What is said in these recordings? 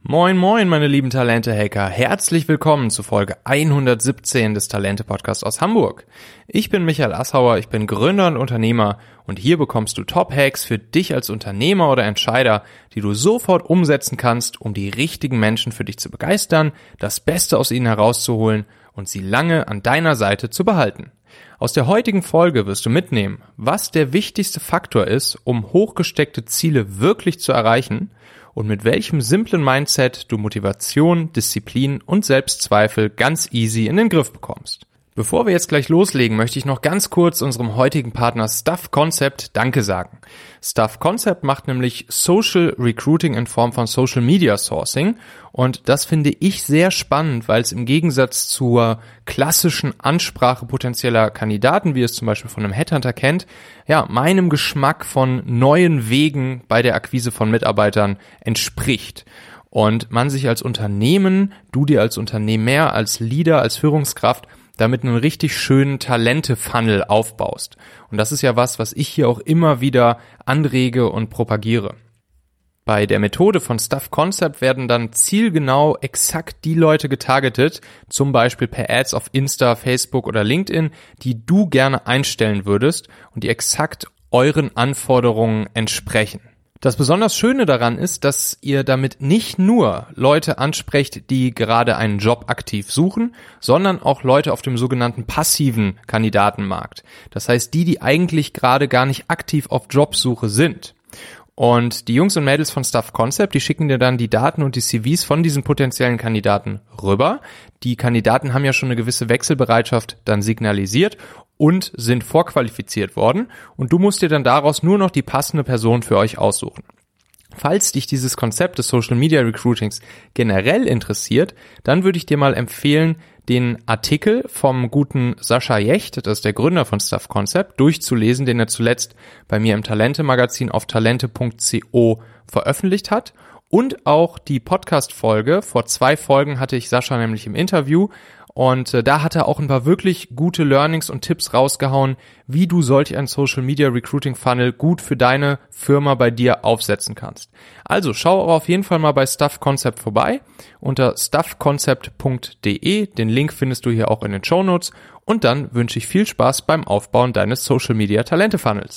Moin moin meine lieben Talente-Hacker, herzlich willkommen zu Folge 117 des Talente-Podcasts aus Hamburg. Ich bin Michael Assauer, ich bin Gründer und Unternehmer und hier bekommst du Top-Hacks für dich als Unternehmer oder Entscheider, die du sofort umsetzen kannst, um die richtigen Menschen für dich zu begeistern, das Beste aus ihnen herauszuholen und sie lange an deiner Seite zu behalten. Aus der heutigen Folge wirst du mitnehmen, was der wichtigste Faktor ist, um hochgesteckte Ziele wirklich zu erreichen und mit welchem simplen Mindset du Motivation, Disziplin und Selbstzweifel ganz easy in den Griff bekommst. Bevor wir jetzt gleich loslegen, möchte ich noch ganz kurz unserem heutigen Partner Stuff Concept Danke sagen. Stuff Concept macht nämlich Social Recruiting in Form von Social Media Sourcing und das finde ich sehr spannend, weil es im Gegensatz zur klassischen Ansprache potenzieller Kandidaten, wie es zum Beispiel von einem Headhunter kennt, meinem Geschmack von neuen Wegen bei der Akquise von Mitarbeitern entspricht. Und man sich als Unternehmen, du dir als Unternehmer, als Leader, als Führungskraft damit einen richtig schönen Talente-Funnel aufbaust. Und das ist ja was ich hier auch immer wieder anrege und propagiere. Bei der Methode von Stuff Concept werden dann zielgenau exakt die Leute getargetet, zum Beispiel per Ads auf Insta, Facebook oder LinkedIn, die du gerne einstellen würdest und die exakt euren Anforderungen entsprechen. Das besonders Schöne daran ist, dass ihr damit nicht nur Leute ansprecht, die gerade einen Job aktiv suchen, sondern auch Leute auf dem sogenannten passiven Kandidatenmarkt. Das heißt, die eigentlich gerade gar nicht aktiv auf Jobsuche sind. Und die Jungs und Mädels von Stuff Concept, die schicken dir dann die Daten und die CVs von diesen potenziellen Kandidaten rüber. Die Kandidaten haben ja schon eine gewisse Wechselbereitschaft dann signalisiert und sind vorqualifiziert worden. Und du musst dir dann daraus nur noch die passende Person für euch aussuchen. Falls dich dieses Konzept des Social Media Recruitings generell interessiert, dann würde ich dir mal empfehlen, den Artikel vom guten Sascha Jecht, das ist der Gründer von Stuff Concept, durchzulesen, den er zuletzt bei mir im Talente-Magazin auf talente.co veröffentlicht hat. Und auch die Podcast-Folge, vor 2 Folgen hatte ich Sascha nämlich im Interview und da hat er auch ein paar wirklich gute Learnings und Tipps rausgehauen, wie du solch ein Social Media Recruiting Funnel gut für deine Firma bei dir aufsetzen kannst. Also schau auch auf jeden Fall mal bei Stuff Concept vorbei unter stuffconcept.de. Den Link findest du hier auch in den Shownotes und dann wünsche ich viel Spaß beim Aufbauen deines Social Media Talente Funnels.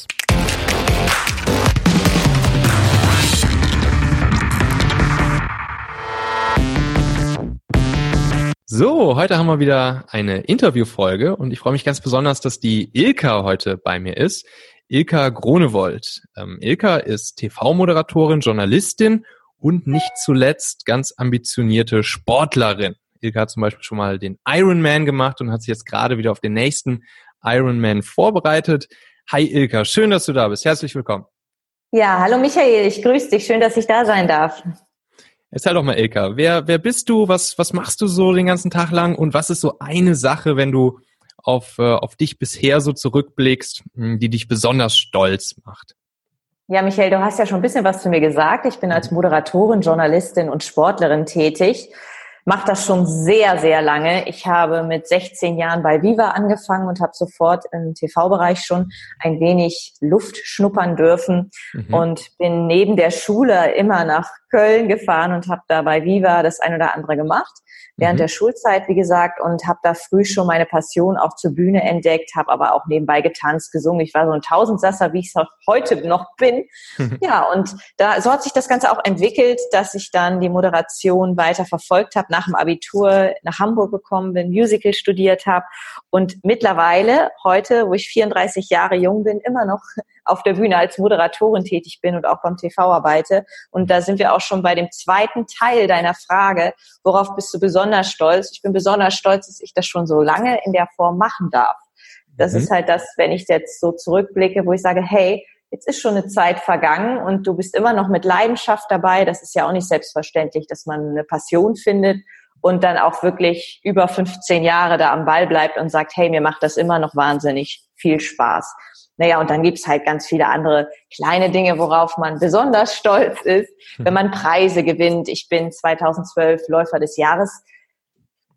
So, heute haben wir wieder eine Interviewfolge und ich freue mich ganz besonders, dass die Ilka heute bei mir ist. Ilka Gronewold. Ilka ist TV-Moderatorin, Journalistin und nicht zuletzt ganz ambitionierte Sportlerin. Ilka hat zum Beispiel schon mal den Ironman gemacht und hat sich jetzt gerade wieder auf den nächsten Ironman vorbereitet. Hi Ilka, schön, dass du da bist. Herzlich willkommen. Ja, hallo Michael, ich grüße dich. Schön, dass ich da sein darf. Erzähl doch mal, Ilka, wer bist du, was machst du so den ganzen Tag lang und was ist so eine Sache, wenn du auf dich bisher so zurückblickst, die dich besonders stolz macht? Ja, Michael, du hast ja schon ein bisschen was zu mir gesagt. Ich bin als Moderatorin, Journalistin und Sportlerin tätig. Mache das schon sehr, sehr lange. Ich habe mit 16 Jahren bei Viva angefangen und habe sofort im TV-Bereich schon ein wenig Luft schnuppern dürfen und bin neben der Schule immer nach Köln gefahren und habe da bei Viva das ein oder andere gemacht. Während der Schulzeit, wie gesagt, und habe da früh schon meine Passion auch zur Bühne entdeckt, habe aber auch nebenbei getanzt, gesungen. Ich war so ein Tausendsasser, wie ich es auch heute noch bin. Ja, und so hat sich das Ganze auch entwickelt, dass ich dann die Moderation weiter verfolgt habe, nach dem Abitur nach Hamburg gekommen bin, Musical studiert habe und mittlerweile heute, wo ich 34 Jahre jung bin, immer noch auf der Bühne als Moderatorin tätig bin und auch beim TV arbeite. Und da sind wir auch schon bei dem zweiten Teil deiner Frage, worauf bist du besonders stolz? Ich bin besonders stolz, dass ich das schon so lange in der Form machen darf. Das ist halt das, wenn ich jetzt so zurückblicke, wo ich sage, hey, jetzt ist schon eine Zeit vergangen und du bist immer noch mit Leidenschaft dabei. Das ist ja auch nicht selbstverständlich, dass man eine Passion findet und dann auch wirklich über 15 Jahre da am Ball bleibt und sagt, hey, mir macht das immer noch wahnsinnig viel Spaß. Naja, und dann gibt's halt ganz viele andere kleine Dinge, worauf man besonders stolz ist, wenn man Preise gewinnt. Ich bin 2012 Läufer des Jahres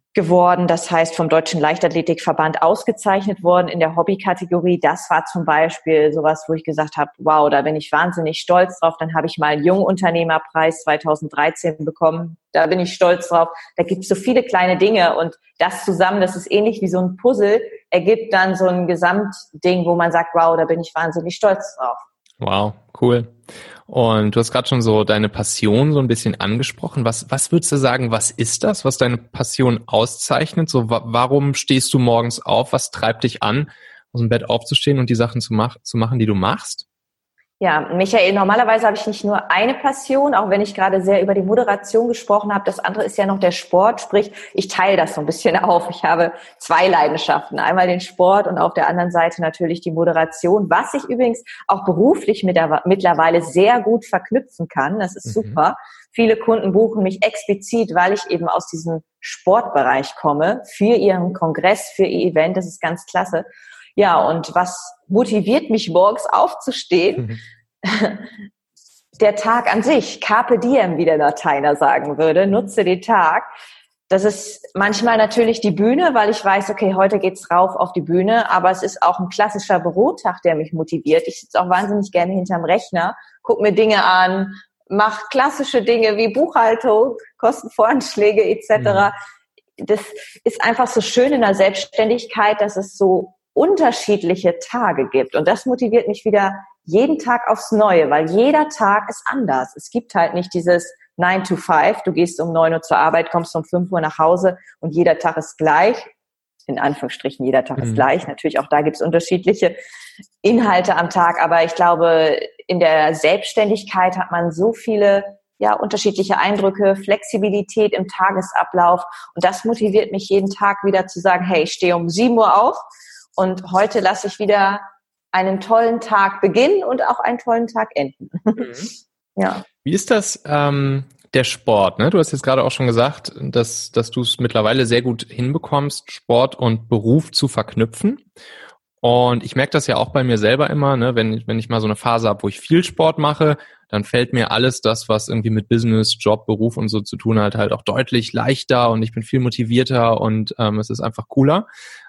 geworden. Das heißt, vom Deutschen Leichtathletikverband ausgezeichnet worden in der Hobbykategorie. Das war zum Beispiel sowas, wo ich gesagt habe, wow, da bin ich wahnsinnig stolz drauf. Dann habe ich mal einen Jungunternehmerpreis 2013 bekommen. Da bin ich stolz drauf. Da gibt es so viele kleine Dinge und das zusammen, das ist ähnlich wie so ein Puzzle, ergibt dann so ein Gesamtding, wo man sagt, wow, da bin ich wahnsinnig stolz drauf. Wow, cool. Und du hast gerade schon so deine Passion so ein bisschen angesprochen. Was würdest du sagen, was ist das, was deine Passion auszeichnet? So, warum stehst du morgens auf? Was treibt dich an, aus dem Bett aufzustehen und die Sachen zu machen, die du machst? Ja, Michael, normalerweise habe ich nicht nur eine Passion, auch wenn ich gerade sehr über die Moderation gesprochen habe. Das andere ist ja noch der Sport, sprich, ich teile das so ein bisschen auf. Ich habe zwei Leidenschaften, einmal den Sport und auf der anderen Seite natürlich die Moderation, was ich übrigens auch beruflich mittlerweile sehr gut verknüpfen kann. Das ist super. Viele Kunden buchen mich explizit, weil ich eben aus diesem Sportbereich komme, für ihren Kongress, für ihr Event. Das ist ganz klasse. Ja, und was motiviert mich morgens aufzustehen? Der Tag an sich, Carpe diem, wie der Lateiner sagen würde, nutze den Tag. Das ist manchmal natürlich die Bühne, weil ich weiß, okay, heute geht's rauf auf die Bühne, aber es ist auch ein klassischer Bürotag, der mich motiviert. Ich sitze auch wahnsinnig gerne hinterm Rechner, gucke mir Dinge an, mache klassische Dinge wie Buchhaltung, Kostenvoranschläge etc. Das ist einfach so schön in der Selbstständigkeit, dass es so unterschiedliche Tage gibt. Und das motiviert mich wieder jeden Tag aufs Neue, weil jeder Tag ist anders. Es gibt halt nicht dieses 9 to 5, du gehst um 9 Uhr zur Arbeit, kommst um 5 Uhr nach Hause und jeder Tag ist gleich. In Anführungsstrichen, jeder Tag ist gleich. Natürlich auch da gibt es unterschiedliche Inhalte am Tag, aber ich glaube, in der Selbstständigkeit hat man so viele unterschiedliche Eindrücke, Flexibilität im Tagesablauf und das motiviert mich jeden Tag wieder zu sagen, hey, ich stehe um 7 Uhr auf und heute lasse ich wieder einen tollen Tag beginnen und auch einen tollen Tag enden. Ja. Wie ist das der Sport? Ne? Du hast jetzt gerade auch schon gesagt, dass du es mittlerweile sehr gut hinbekommst, Sport und Beruf zu verknüpfen. Und ich merke das ja auch bei mir selber immer, ne? Wenn ich mal so eine Phase habe, wo ich viel Sport mache, dann fällt mir alles das, was irgendwie mit Business, Job, Beruf und so zu tun hat, halt auch deutlich leichter und ich bin viel motivierter und es ist einfach cooler.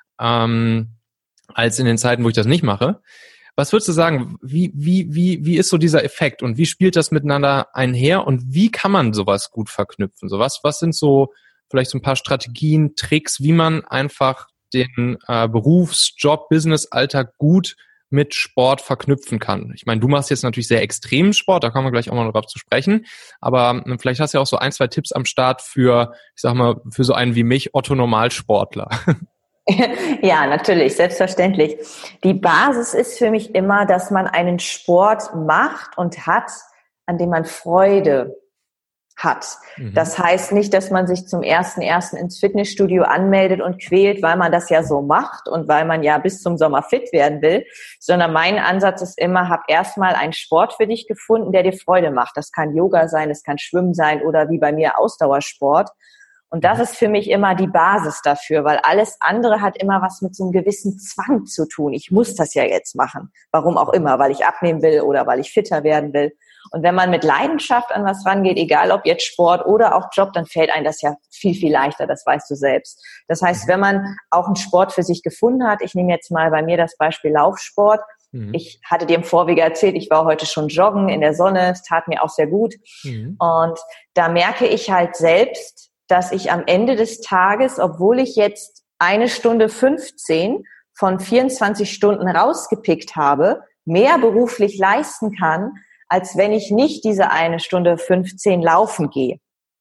Als in den Zeiten, wo ich das nicht mache. Was würdest du sagen, wie ist so dieser Effekt und wie spielt das miteinander einher und wie kann man sowas gut verknüpfen? So was sind so vielleicht so ein paar Strategien, Tricks, wie man einfach den Berufs-, Business-Alltag gut mit Sport verknüpfen kann? Ich meine, du machst jetzt natürlich sehr extremen Sport, da kommen wir gleich auch mal drauf zu sprechen, aber vielleicht hast du ja auch so ein, zwei Tipps am Start für, ich sag mal, für so einen wie mich, Otto-Normalsportler. Ja, natürlich, selbstverständlich. Die Basis ist für mich immer, dass man einen Sport macht und hat, an dem man Freude hat. Das heißt nicht, dass man sich zum 1.1. ins Fitnessstudio anmeldet und quält, weil man das ja so macht und weil man ja bis zum Sommer fit werden will, sondern mein Ansatz ist immer, hab erstmal einen Sport für dich gefunden, der dir Freude macht. Das kann Yoga sein, das kann Schwimmen sein oder wie bei mir Ausdauersport. Und das ist für mich immer die Basis dafür, weil alles andere hat immer was mit so einem gewissen Zwang zu tun. Ich muss das ja jetzt machen. Warum auch immer, weil ich abnehmen will oder weil ich fitter werden will. Und wenn man mit Leidenschaft an was rangeht, egal ob jetzt Sport oder auch Job, dann fällt einem das ja viel, viel leichter, das weißt du selbst. Das heißt, wenn man auch einen Sport für sich gefunden hat, ich nehme jetzt mal bei mir das Beispiel Laufsport. Ich hatte dir im Vorwege erzählt, ich war heute schon joggen in der Sonne, es tat mir auch sehr gut. Und da merke ich halt selbst, dass ich am Ende des Tages, obwohl ich jetzt 1 Stunde 15 von 24 Stunden rausgepickt habe, mehr beruflich leisten kann, als wenn ich nicht diese 1 Stunde 15 laufen gehe.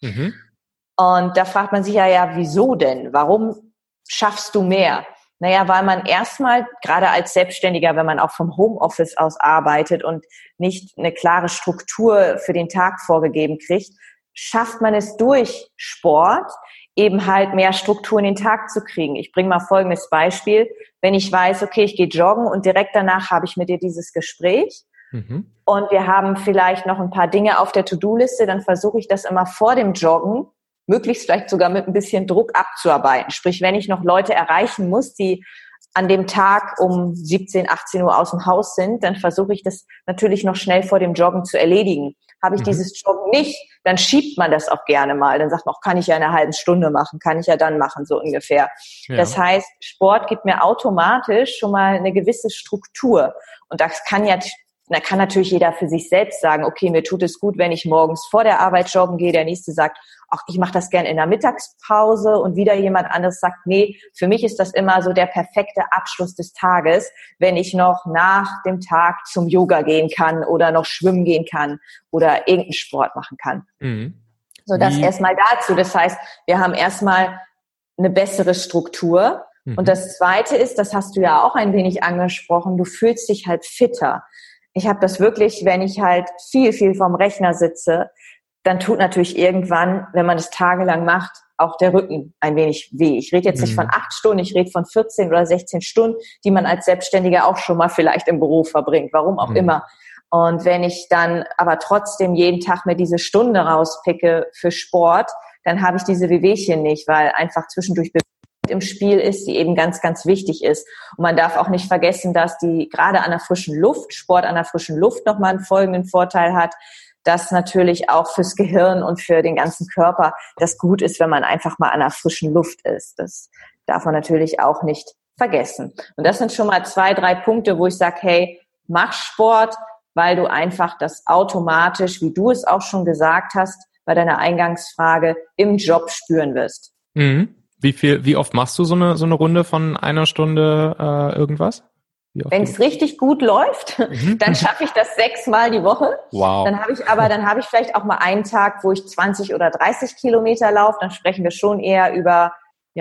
Und da fragt man sich ja, wieso denn? Warum schaffst du mehr? Naja, weil man erstmal, gerade als Selbstständiger, wenn man auch vom Homeoffice aus arbeitet und nicht eine klare Struktur für den Tag vorgegeben kriegt, schafft man es durch Sport, eben halt mehr Struktur in den Tag zu kriegen. Ich bringe mal folgendes Beispiel. Wenn ich weiß, okay, ich gehe joggen und direkt danach habe ich mit dir dieses Gespräch und wir haben vielleicht noch ein paar Dinge auf der To-Do-Liste, dann versuche ich das immer vor dem Joggen, möglichst vielleicht sogar mit ein bisschen Druck abzuarbeiten. Sprich, wenn ich noch Leute erreichen muss, die an dem Tag um 17, 18 Uhr aus dem Haus sind, dann versuche ich das natürlich noch schnell vor dem Joggen zu erledigen. Habe ich dieses Joggen nicht, dann schiebt man das auch gerne mal. Dann sagt man auch, kann ich ja in einer halben Stunde machen, kann ich ja dann machen, so ungefähr. Ja. Das heißt, Sport gibt mir automatisch schon mal eine gewisse Struktur. Und das kann natürlich jeder für sich selbst sagen, okay, mir tut es gut, wenn ich morgens vor der Arbeit joggen gehe. Der nächste sagt, ach, ich mache das gerne in der Mittagspause. Und wieder jemand anderes sagt, nee, für mich ist das immer so der perfekte Abschluss des Tages, wenn ich noch nach dem Tag zum Yoga gehen kann oder noch schwimmen gehen kann oder irgendeinen Sport machen kann. Mhm. So, das erstmal dazu. Das heißt, wir haben erstmal eine bessere Struktur. Mhm. Und das Zweite ist, das hast du ja auch ein wenig angesprochen, du fühlst dich halt fitter. Ich habe das wirklich, wenn ich halt viel vorm Rechner sitze, dann tut natürlich irgendwann, wenn man es tagelang macht, auch der Rücken ein wenig weh. Ich rede jetzt nicht von 8 Stunden, ich rede von 14 oder 16 Stunden, die man als Selbstständiger auch schon mal vielleicht im Büro verbringt, warum auch immer. Und wenn ich dann aber trotzdem jeden Tag mir diese Stunde rauspicke für Sport, dann habe ich diese Wehwehchen nicht, weil einfach zwischendurch im Spiel ist, die eben ganz, ganz wichtig ist. Und man darf auch nicht vergessen, dass die gerade an der frischen Luft, Sport an der frischen Luft nochmal einen folgenden Vorteil hat, dass natürlich auch fürs Gehirn und für den ganzen Körper das gut ist, wenn man einfach mal an der frischen Luft ist. Das darf man natürlich auch nicht vergessen. Und das sind schon mal 2, 3 Punkte, wo ich sage, hey, mach Sport, weil du einfach das automatisch, wie du es auch schon gesagt hast, bei deiner Eingangsfrage im Job spüren wirst. Mhm. Wie oft machst du so eine Runde von 1 Stunde irgendwas? Wenn es richtig gut läuft, dann schaffe ich das 6 Mal die Woche. Wow. Dann habe ich vielleicht auch mal einen Tag, wo ich 20 oder 30 Kilometer laufe. Dann sprechen wir schon eher über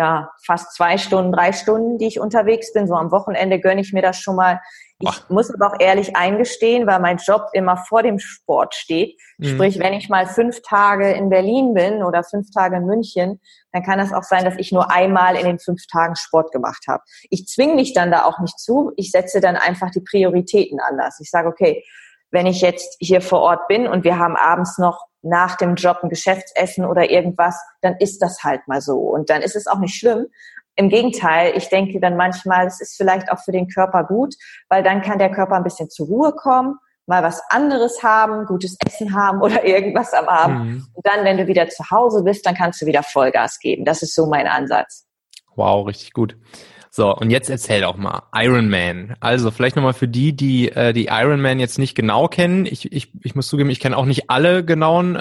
fast 2 Stunden, 3 Stunden, die ich unterwegs bin. So am Wochenende gönne ich mir das schon mal. Ich muss aber auch ehrlich eingestehen, weil mein Job immer vor dem Sport steht. Sprich, wenn ich mal 5 Tage in Berlin bin oder 5 Tage in München, dann kann es auch sein, dass ich nur einmal in den 5 Tagen Sport gemacht habe. Ich zwinge mich dann da auch nicht zu. Ich setze dann einfach die Prioritäten anders. Ich sage, okay, wenn ich jetzt hier vor Ort bin und wir haben abends noch nach dem Job ein Geschäftsessen oder irgendwas, dann ist das halt mal so. Und dann ist es auch nicht schlimm. Im Gegenteil, ich denke dann manchmal, es ist vielleicht auch für den Körper gut, weil dann kann der Körper ein bisschen zur Ruhe kommen, mal was anderes haben, gutes Essen haben oder irgendwas am Abend. Und dann, wenn du wieder zu Hause bist, dann kannst du wieder Vollgas geben. Das ist so mein Ansatz. Wow, richtig gut. So, und jetzt erzähl doch mal, Ironman. Also vielleicht nochmal für die Ironman jetzt nicht genau kennen. Ich muss zugeben, ich kenne auch nicht alle genauen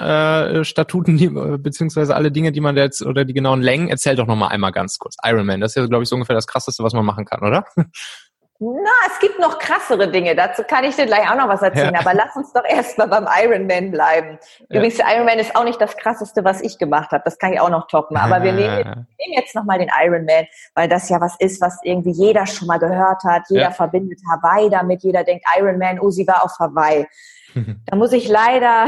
Statuten, beziehungsweise alle Dinge, die man jetzt, oder die genauen Längen. Erzähl doch nochmal einmal ganz kurz. Ironman, das ist ja, glaube ich, so ungefähr das Krasseste, was man machen kann, oder? Na, es gibt noch krassere Dinge. Dazu kann ich dir gleich auch noch was erzählen. Ja. Aber lass uns doch erstmal beim Ironman bleiben. Übrigens, der Ironman ist auch nicht das Krasseste, was ich gemacht habe. Das kann ich auch noch toppen. Aber wir nehmen jetzt nochmal den Ironman, weil das ja was ist, was irgendwie jeder schon mal gehört hat. Jeder verbindet Hawaii damit. Jeder denkt, Ironman, sie war auf Hawaii. Da muss ich leider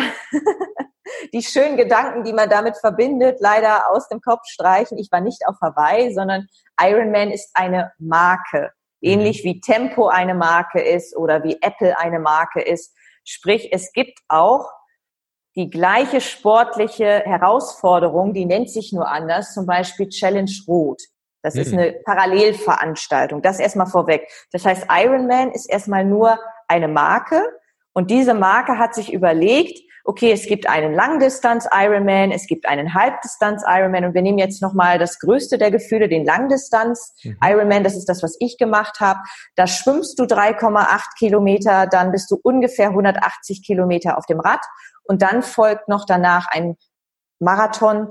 die schönen Gedanken, die man damit verbindet, leider aus dem Kopf streichen. Ich war nicht auf Hawaii, sondern Ironman ist eine Marke. Ähnlich wie Tempo eine Marke ist oder wie Apple eine Marke ist. Sprich, es gibt auch die gleiche sportliche Herausforderung, die nennt sich nur anders, zum Beispiel Challenge Rot. Das ist eine Parallelveranstaltung. Das erstmal vorweg. Das heißt, Ironman ist erstmal nur eine Marke und diese Marke hat sich überlegt, okay, es gibt einen Langdistanz-Ironman, es gibt einen Halbdistanz-Ironman und wir nehmen jetzt nochmal das größte der Gefühle, den Langdistanz-Ironman, das ist das, was ich gemacht habe. Da schwimmst du 3,8 Kilometer, dann bist du ungefähr 180 Kilometer auf dem Rad und dann folgt noch danach ein Marathon,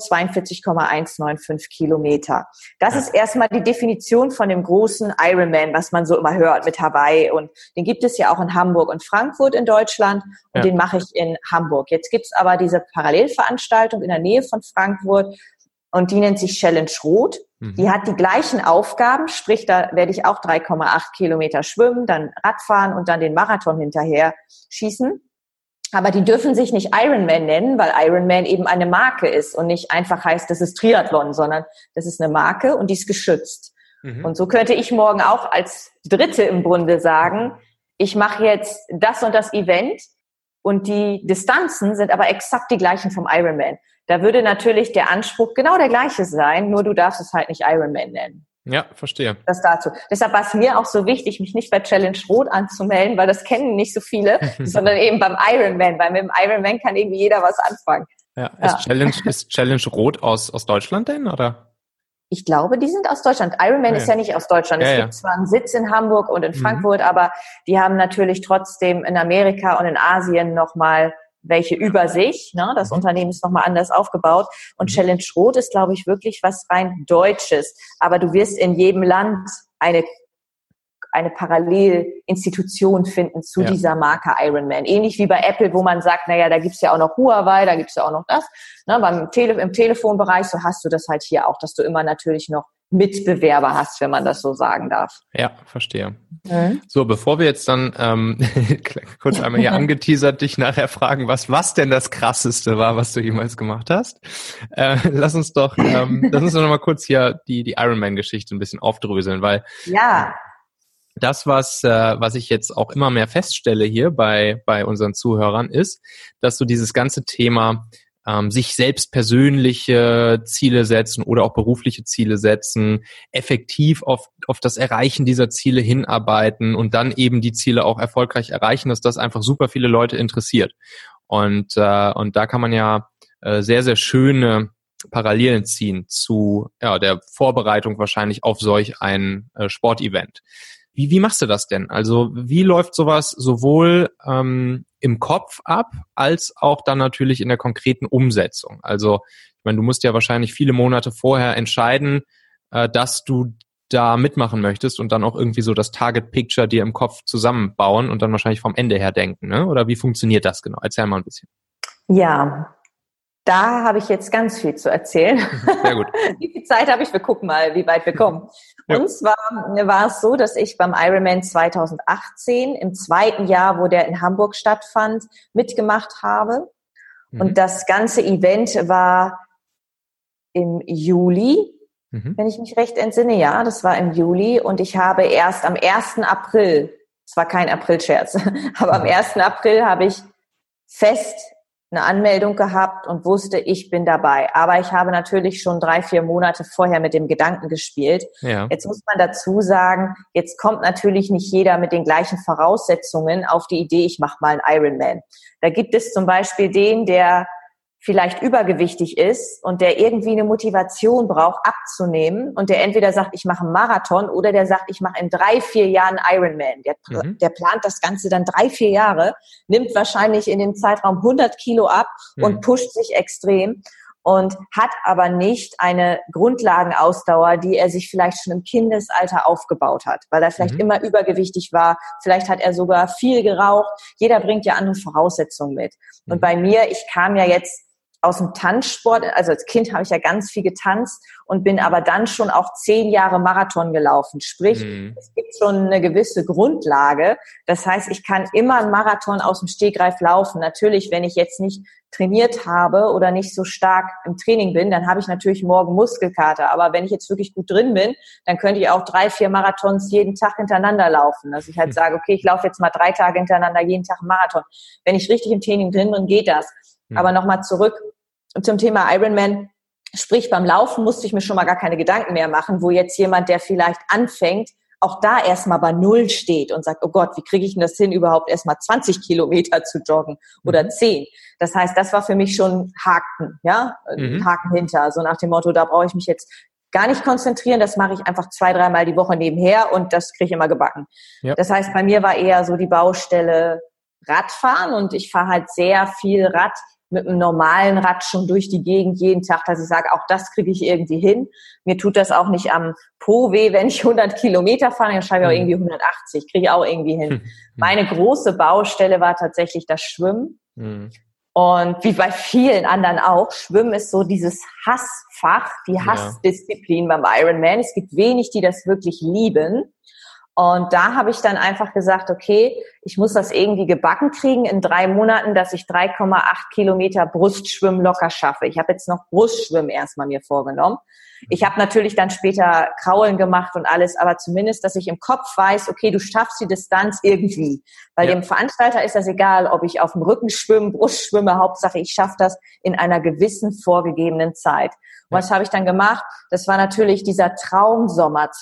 42,195 Kilometer. Das ist erstmal die Definition von dem großen Ironman, was man so immer hört mit Hawaii. Und den gibt es ja auch in Hamburg und Frankfurt in Deutschland. Und den mache ich in Hamburg. Jetzt gibt's aber diese Parallelveranstaltung in der Nähe von Frankfurt. Und die nennt sich Challenge Rot. Die hat die gleichen Aufgaben. Sprich, da werde ich auch 3,8 Kilometer schwimmen, dann Radfahren und dann den Marathon hinterher schießen. Aber die dürfen sich nicht Ironman nennen, weil Ironman eben eine Marke ist und nicht einfach heißt, das ist Triathlon, sondern das ist eine Marke und die ist geschützt. Und so könnte ich morgen auch als Dritte im Grunde sagen, ich mache jetzt das und das Event und die Distanzen sind aber exakt die gleichen vom Ironman. Da würde natürlich der Anspruch genau der gleiche sein, nur du darfst es halt nicht Ironman nennen. Ja, verstehe. Das dazu. Deshalb war es mir auch so wichtig, mich nicht bei Challenge Rot anzumelden, weil das kennen nicht so viele, sondern eben beim Ironman, weil mit dem Ironman kann irgendwie jeder was anfangen. Ja. Ist Challenge Rot aus Deutschland denn, oder? Ich glaube, die sind aus Deutschland. Ironman ist ja nicht aus Deutschland. Es gibt zwar einen Sitz in Hamburg und in Frankfurt, aber die haben natürlich trotzdem in Amerika und in Asien nochmal welche über sich. Ne? Das Unternehmen ist nochmal anders aufgebaut. Und Challenge Rot ist, glaube ich, wirklich was rein Deutsches. Aber du wirst in jedem Land eine Parallelinstitution finden zu dieser Marke Ironman. Ähnlich wie bei Apple, wo man sagt, naja, da gibt's ja auch noch Huawei, da gibt's ja auch noch das. Ne, im Telefonbereich, so hast du das halt hier auch, dass du immer natürlich noch Mitbewerber hast, wenn man das so sagen darf. Ja, verstehe. So, bevor wir jetzt dann kurz einmal hier angeteasert dich nachher fragen, was denn das Krasseste war, was du jemals gemacht hast. Lass uns doch noch mal kurz hier die Ironman-Geschichte ein bisschen aufdröseln, weil das, was ich jetzt auch immer mehr feststelle hier bei unseren Zuhörern ist, dass so dieses ganze Thema sich selbst persönliche Ziele setzen oder auch berufliche Ziele setzen, effektiv auf das Erreichen dieser Ziele hinarbeiten und dann eben die Ziele auch erfolgreich erreichen, dass das einfach super viele Leute interessiert. Und da kann man ja sehr, sehr schöne Parallelen ziehen zu der Vorbereitung wahrscheinlich auf solch ein Sportevent. Wie machst du das denn? Also wie läuft sowas sowohl im Kopf ab, als auch dann natürlich in der konkreten Umsetzung? Also ich meine, du musst ja wahrscheinlich viele Monate vorher entscheiden, dass du da mitmachen möchtest und dann auch irgendwie so das Target Picture dir im Kopf zusammenbauen und dann wahrscheinlich vom Ende her denken, ne? Oder wie funktioniert das genau? Erzähl mal ein bisschen. Ja, da habe ich jetzt ganz viel zu erzählen. Sehr gut. Wie viel Zeit habe ich? Wir gucken mal, wie weit wir kommen. Ja. Und zwar war es so, dass ich beim Ironman 2018 im zweiten Jahr, wo der in Hamburg stattfand, mitgemacht habe. Und das ganze Event war im Juli, wenn ich mich recht entsinne. Ja, das war im Juli. Und ich habe erst am 1. April, es war kein Aprilscherz, aber am 1. April habe ich fest eine Anmeldung gehabt und wusste, ich bin dabei. Aber ich habe natürlich schon 3-4 Monate vorher mit dem Gedanken gespielt. Ja. Jetzt muss man dazu sagen, jetzt kommt natürlich nicht jeder mit den gleichen Voraussetzungen auf die Idee, ich mache mal einen Ironman. Da gibt es zum Beispiel den, der vielleicht übergewichtig ist und der irgendwie eine Motivation braucht, abzunehmen und der entweder sagt, ich mache einen Marathon oder der sagt, ich mache in 3-4 Jahren Ironman. Der plant das Ganze dann 3-4 Jahre, nimmt wahrscheinlich in dem Zeitraum 100 Kilo ab und pusht sich extrem und hat aber nicht eine Grundlagenausdauer, die er sich vielleicht schon im Kindesalter aufgebaut hat, weil er vielleicht immer übergewichtig war, vielleicht hat er sogar viel geraucht. Jeder bringt ja andere Voraussetzungen mit. Und bei mir, ich kam ja jetzt aus dem Tanzsport, also als Kind habe ich ja ganz viel getanzt und bin aber dann schon auch 10 Jahre Marathon gelaufen. Sprich, es gibt schon eine gewisse Grundlage. Das heißt, ich kann immer einen Marathon aus dem Stegreif laufen. Natürlich, wenn ich jetzt nicht trainiert habe oder nicht so stark im Training bin, dann habe ich natürlich morgen Muskelkater. Aber wenn ich jetzt wirklich gut drin bin, dann könnte ich auch 3-4 Marathons jeden Tag hintereinander laufen. Dass ich halt sage, okay, ich laufe jetzt mal 3 Tage hintereinander jeden Tag einen Marathon. Wenn ich richtig im Training drin bin, geht das. Aber nochmal zurück zum Thema Ironman. Sprich, beim Laufen musste ich mir schon mal gar keine Gedanken mehr machen, wo jetzt jemand, der vielleicht anfängt, auch da erstmal bei Null steht und sagt, oh Gott, wie kriege ich denn das hin, überhaupt erstmal 20 Kilometer zu joggen oder 10? Das heißt, das war für mich schon Haken, ja, Haken hinter, so nach dem Motto, da brauche ich mich jetzt gar nicht konzentrieren, das mache ich einfach 2-3 Mal die Woche nebenher und das kriege ich immer gebacken. Ja. Das heißt, bei mir war eher so die Baustelle Radfahren und ich fahre halt sehr viel Rad mit einem normalen Rad schon durch die Gegend jeden Tag, dass ich sage, auch das kriege ich irgendwie hin. Mir tut das auch nicht am Po weh, wenn ich 100 Kilometer fahre, dann schreibe ich auch irgendwie 180, kriege ich auch irgendwie hin. Meine große Baustelle war tatsächlich das Schwimmen. Und wie bei vielen anderen auch, Schwimmen ist so dieses Hassfach, die Hassdisziplin beim Ironman. Es gibt wenig, die das wirklich lieben. Und da habe ich dann einfach gesagt, okay, ich muss das irgendwie gebacken kriegen in 3 Monaten, dass ich 3,8 Kilometer Brustschwimmen locker schaffe. Ich habe jetzt noch Brustschwimmen erstmal mir vorgenommen. Ich habe natürlich dann später Kraulen gemacht und alles, aber zumindest, dass ich im Kopf weiß, okay, du schaffst die Distanz irgendwie. Weil dem Veranstalter ist das egal, ob ich auf dem Rücken schwimme, Brust schwimme, Hauptsache ich schaffe das in einer gewissen vorgegebenen Zeit. Und was habe ich dann gemacht? Das war natürlich dieser Traumsommer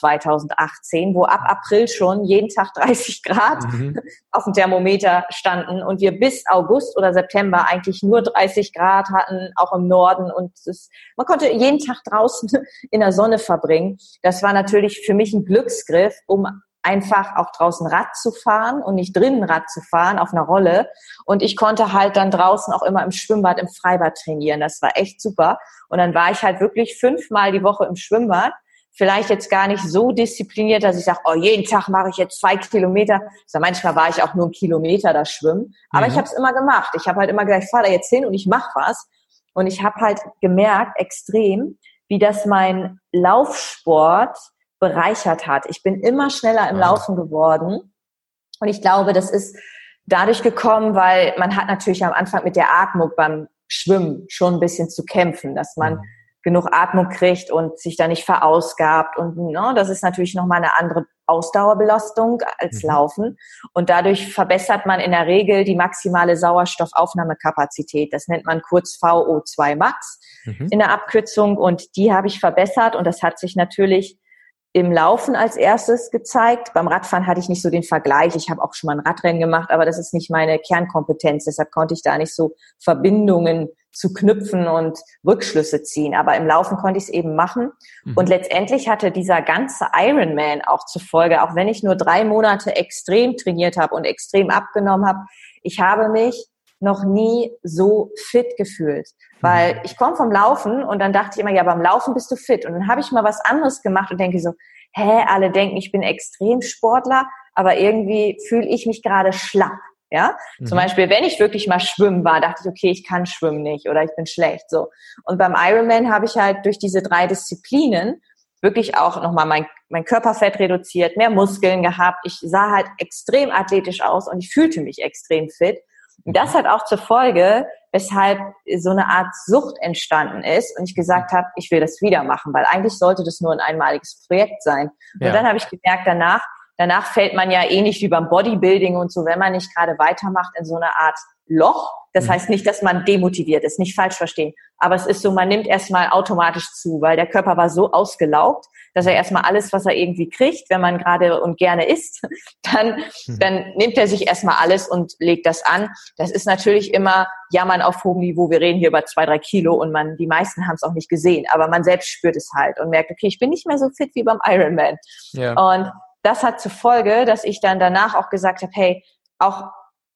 2018, wo ab April schon jeden Tag 30 Grad auf dem Thermometer standen und wir bis August oder September eigentlich nur 30 Grad hatten, auch im Norden. Und man konnte jeden Tag draußen in der Sonne verbringen. Das war natürlich für mich ein Glücksgriff, um einfach auch draußen Rad zu fahren und nicht drinnen Rad zu fahren auf einer Rolle. Und ich konnte halt dann draußen auch immer im Schwimmbad, im Freibad trainieren. Das war echt super. Und dann war ich halt wirklich 5-mal die Woche im Schwimmbad. Vielleicht jetzt gar nicht so diszipliniert, dass ich sage, oh, jeden Tag mache ich jetzt 2 Kilometer. Also manchmal war ich auch nur 1 Kilometer da schwimmen. Aber ich habe es immer gemacht. Ich habe halt immer gesagt, ich fahre da jetzt hin und ich mache was. Und ich habe halt gemerkt, extrem, wie das mein Laufsport bereichert hat. Ich bin immer schneller im Laufen geworden. Und ich glaube, das ist dadurch gekommen, weil man hat natürlich am Anfang mit der Atmung beim Schwimmen schon ein bisschen zu kämpfen, dass man genug Atmung kriegt und sich da nicht verausgabt. Und das ist natürlich nochmal eine andere Ausdauerbelastung als Laufen. Und dadurch verbessert man in der Regel die maximale Sauerstoffaufnahmekapazität. Das nennt man kurz VO2 Max in der Abkürzung. Und die habe ich verbessert. Und das hat sich natürlich im Laufen als erstes gezeigt. Beim Radfahren hatte ich nicht so den Vergleich. Ich habe auch schon mal ein Radrennen gemacht, aber das ist nicht meine Kernkompetenz. Deshalb konnte ich da nicht so Verbindungen zu knüpfen und Rückschlüsse ziehen. Aber im Laufen konnte ich es eben machen. Und letztendlich hatte dieser ganze Ironman auch zur Folge, auch wenn ich nur 3 Monate extrem trainiert habe und extrem abgenommen habe, ich habe mich noch nie so fit gefühlt. Weil ich komme vom Laufen und dann dachte ich immer, ja, beim Laufen bist du fit. Und dann habe ich mal was anderes gemacht und denke so, alle denken, ich bin Extremsportler, aber irgendwie fühle ich mich gerade schlapp. Ja, zum Beispiel, wenn ich wirklich mal schwimmen war, dachte ich, okay, ich kann schwimmen nicht oder ich bin schlecht, so. Und beim Ironman habe ich halt durch diese 3 Disziplinen wirklich auch nochmal mein Körperfett reduziert, mehr Muskeln gehabt. Ich sah halt extrem athletisch aus und ich fühlte mich extrem fit. Und das hat auch zur Folge, weshalb so eine Art Sucht entstanden ist und ich gesagt habe, ich will das wieder machen, weil eigentlich sollte das nur ein einmaliges Projekt sein. Und dann habe ich gemerkt, danach fällt man ja ähnlich wie beim Bodybuilding und so, wenn man nicht gerade weitermacht, in so eine Art Loch. Das heißt nicht, dass man demotiviert ist, nicht falsch verstehen. Aber es ist so, man nimmt erstmal automatisch zu, weil der Körper war so ausgelaugt, dass er erstmal alles, was er irgendwie kriegt, wenn man gerade und gerne isst, dann nimmt er sich erstmal alles und legt das an. Das ist natürlich immer Jammern auf hohem Niveau. Wir reden hier über 2-3 Kilo und die meisten haben es auch nicht gesehen, aber man selbst spürt es halt und merkt, okay, ich bin nicht mehr so fit wie beim Ironman. Ja. Und das hat zur Folge, dass ich dann danach auch gesagt habe, hey, auch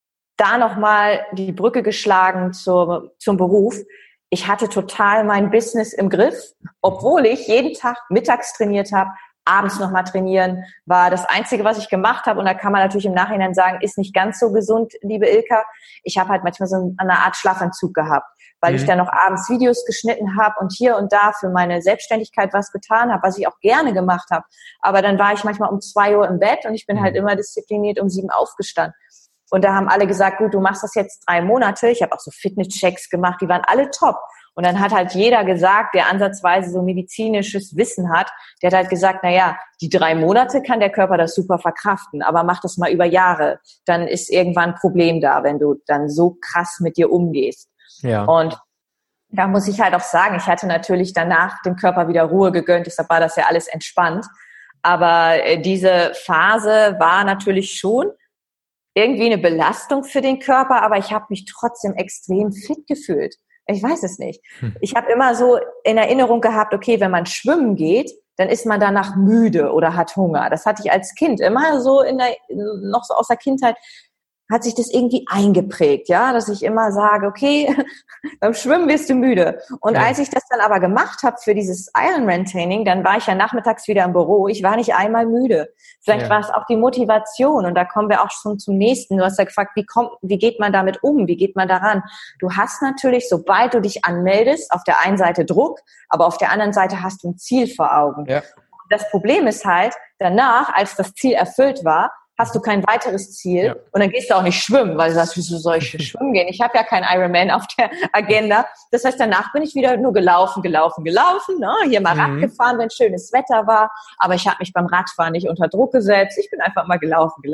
da nochmal die Brücke geschlagen zum Beruf. Ich hatte total mein Business im Griff, obwohl ich jeden Tag mittags trainiert habe, abends nochmal trainieren war das Einzige, was ich gemacht habe. Und da kann man natürlich im Nachhinein sagen, ist nicht ganz so gesund, liebe Ilka. Ich habe halt manchmal so eine Art Schlafanzug gehabt, weil ich dann noch abends Videos geschnitten habe und hier und da für meine Selbstständigkeit was getan habe, was ich auch gerne gemacht habe. Aber dann war ich manchmal um 2 Uhr im Bett und ich bin halt immer diszipliniert um 7 aufgestanden. Und da haben alle gesagt, gut, du machst das jetzt 3 Monate. Ich habe auch so Fitnesschecks gemacht, die waren alle top. Und dann hat halt jeder gesagt, der ansatzweise so medizinisches Wissen hat, der hat halt gesagt, naja, die 3 Monate kann der Körper das super verkraften, aber mach das mal über Jahre. Dann ist irgendwann ein Problem da, wenn du dann so krass mit dir umgehst. Ja. Und da muss ich halt auch sagen, ich hatte natürlich danach dem Körper wieder Ruhe gegönnt, deshalb war das ja alles entspannt. Aber diese Phase war natürlich schon irgendwie eine Belastung für den Körper, aber ich habe mich trotzdem extrem fit gefühlt. Ich weiß es nicht. Ich habe immer so in Erinnerung gehabt, okay, wenn man schwimmen geht, dann ist man danach müde oder hat Hunger. Das hatte ich als Kind immer so noch so aus der Kindheit, hat sich das irgendwie eingeprägt, ja, dass ich immer sage, okay, beim Schwimmen wirst du müde. Und als ich das dann aber gemacht habe für dieses Ironman-Training, dann war ich ja nachmittags wieder im Büro. Ich war nicht einmal müde. Vielleicht war es auch die Motivation. Und da kommen wir auch schon zum nächsten. Du hast ja gefragt, wie geht man damit um? Wie geht man daran? Du hast natürlich, sobald du dich anmeldest, auf der einen Seite Druck, aber auf der anderen Seite hast du ein Ziel vor Augen. Ja. Das Problem ist halt, danach, als das Ziel erfüllt war, hast du kein weiteres Ziel und dann gehst du auch nicht schwimmen, weil du sagst, wieso soll ich schwimmen gehen? Ich habe ja keinen Ironman auf der Agenda. Das heißt, danach bin ich wieder nur gelaufen, ne? Hier mal Rad gefahren, wenn schönes Wetter war, aber ich habe mich beim Radfahren nicht unter Druck gesetzt. Ich bin einfach mal gelaufen.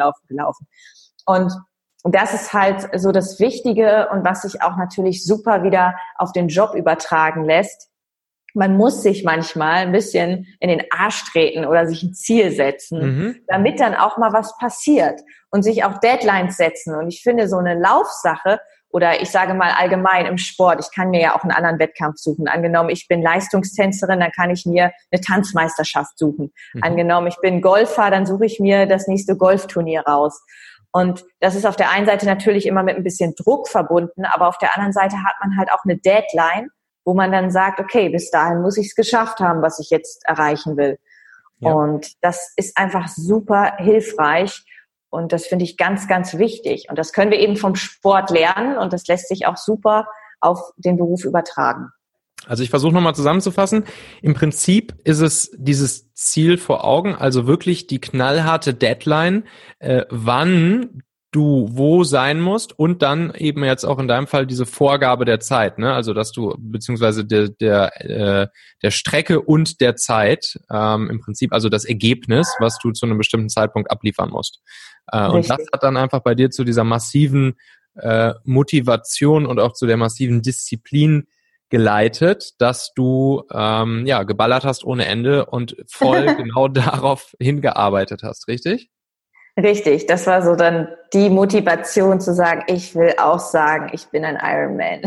Und das ist halt so das Wichtige und was sich auch natürlich super wieder auf den Job übertragen lässt. Man muss sich manchmal ein bisschen in den Arsch treten oder sich ein Ziel setzen, damit dann auch mal was passiert und sich auch Deadlines setzen. Und ich finde, so eine Laufsache oder ich sage mal allgemein im Sport, ich kann mir ja auch einen anderen Wettkampf suchen. Angenommen, ich bin Leistungstänzerin, dann kann ich mir eine Tanzmeisterschaft suchen. Angenommen, ich bin Golfer, dann suche ich mir das nächste Golfturnier raus. Und das ist auf der einen Seite natürlich immer mit ein bisschen Druck verbunden, aber auf der anderen Seite hat man halt auch eine Deadline, wo man dann sagt, okay, bis dahin muss ich es geschafft haben, was ich jetzt erreichen will. Ja. Und das ist einfach super hilfreich und das finde ich ganz, ganz wichtig. Und das können wir eben vom Sport lernen und das lässt sich auch super auf den Beruf übertragen. Also ich versuche nochmal zusammenzufassen. Im Prinzip ist es dieses Ziel vor Augen, also wirklich die knallharte Deadline, wann du wo sein musst und dann eben jetzt auch in deinem Fall diese Vorgabe der Zeit, ne? Also dass du beziehungsweise der Strecke und der Zeit im Prinzip also das Ergebnis, was du zu einem bestimmten Zeitpunkt abliefern musst. Und das hat dann einfach bei dir zu dieser massiven Motivation und auch zu der massiven Disziplin geleitet, dass du geballert hast ohne Ende und voll genau darauf hingearbeitet hast, richtig? Richtig, das war so dann die Motivation zu sagen, ich will auch sagen, ich bin ein Ironman.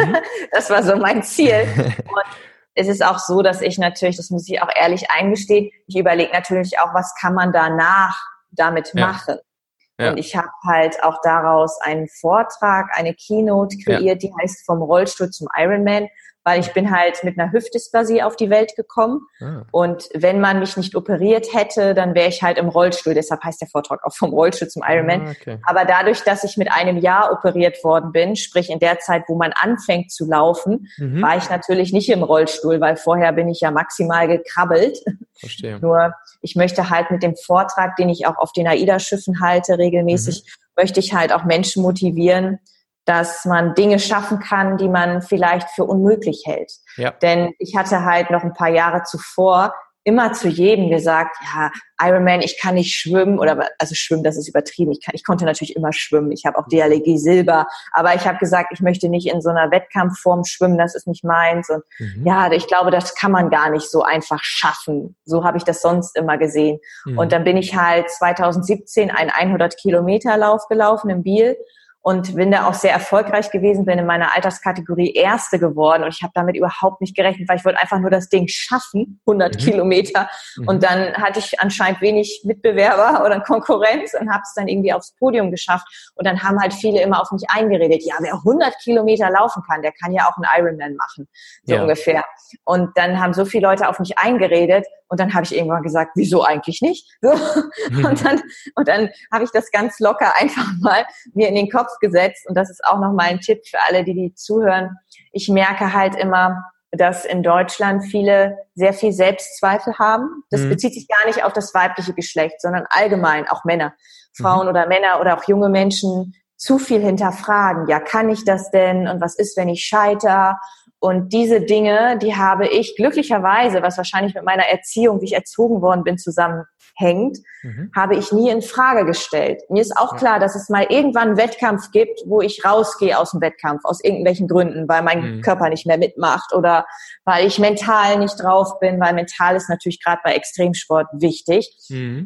Das war so mein Ziel. Und es ist auch so, dass ich natürlich, das muss ich auch ehrlich eingestehen, ich überlege natürlich auch, was kann man danach damit machen. Ja. Und ich habe halt auch daraus einen Vortrag, eine Keynote kreiert, die heißt Vom Rollstuhl zum Ironman, weil ich bin halt mit einer Hüftdysplasie auf die Welt gekommen. Und wenn man mich nicht operiert hätte, dann wäre ich halt im Rollstuhl. Deshalb heißt der Vortrag auch Vom Rollstuhl zum Ironman. Okay. Aber dadurch, dass ich mit einem Jahr operiert worden bin, sprich in der Zeit, wo man anfängt zu laufen, war ich natürlich nicht im Rollstuhl, weil vorher bin ich ja maximal gekrabbelt. Verstehe. Nur ich möchte halt mit dem Vortrag, den ich auch auf den AIDA-Schiffen halte, regelmäßig, möchte ich halt auch Menschen motivieren, dass man Dinge schaffen kann, die man vielleicht für unmöglich hält. Ja. Denn ich hatte halt noch ein paar Jahre zuvor immer zu jedem gesagt, ja, Ironman, ich kann nicht schwimmen also schwimmen, das ist übertrieben. Ich konnte natürlich immer schwimmen. Ich habe auch DLRG Silber, aber ich habe gesagt, ich möchte nicht in so einer Wettkampfform schwimmen, das ist nicht meins. Und ja, ich glaube, das kann man gar nicht so einfach schaffen. So habe ich das sonst immer gesehen. Und dann bin ich halt 2017 einen 100-Kilometer-Lauf gelaufen in Biel. Und bin da auch sehr erfolgreich gewesen, bin in meiner Alterskategorie Erste geworden. Und ich habe damit überhaupt nicht gerechnet, weil ich wollte einfach nur das Ding schaffen, 100 Kilometer. Und dann hatte ich anscheinend wenig Mitbewerber oder Konkurrenz und habe es dann irgendwie aufs Podium geschafft. Und dann haben halt viele immer auf mich eingeredet, ja, wer 100 Kilometer laufen kann, der kann ja auch einen Ironman machen, so ungefähr. Und dann haben so viele Leute auf mich eingeredet. Und dann habe ich irgendwann gesagt, wieso eigentlich nicht? So. Und dann habe ich das ganz locker einfach mal mir in den Kopf gesetzt. Und das ist auch nochmal ein Tipp für alle, die zuhören. Ich merke halt immer, dass in Deutschland viele sehr viel Selbstzweifel haben. Das bezieht sich gar nicht auf das weibliche Geschlecht, sondern allgemein auch Männer, Frauen oder Männer oder auch junge Menschen zu viel hinterfragen. Ja, kann ich das denn? Und was ist, wenn ich scheitere? Und diese Dinge, die habe ich glücklicherweise, was wahrscheinlich mit meiner Erziehung, wie ich erzogen worden bin, zusammenhängt, habe ich nie in Frage gestellt. Mir ist auch klar, dass es mal irgendwann einen Wettkampf gibt, wo ich rausgehe aus dem Wettkampf, aus irgendwelchen Gründen, weil mein Körper nicht mehr mitmacht oder weil ich mental nicht drauf bin, weil mental ist natürlich gerade bei Extremsport wichtig.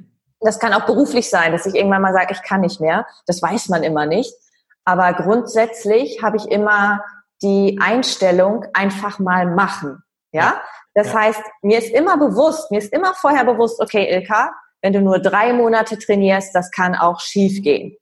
Das kann auch beruflich sein, dass ich irgendwann mal sage, ich kann nicht mehr. Das weiß man immer nicht. Aber grundsätzlich habe ich immer die Einstellung einfach mal machen, ja? Das heißt, mir ist immer vorher bewusst, okay, Ilka, wenn du nur 3 Monate trainierst, das kann auch schief gehen.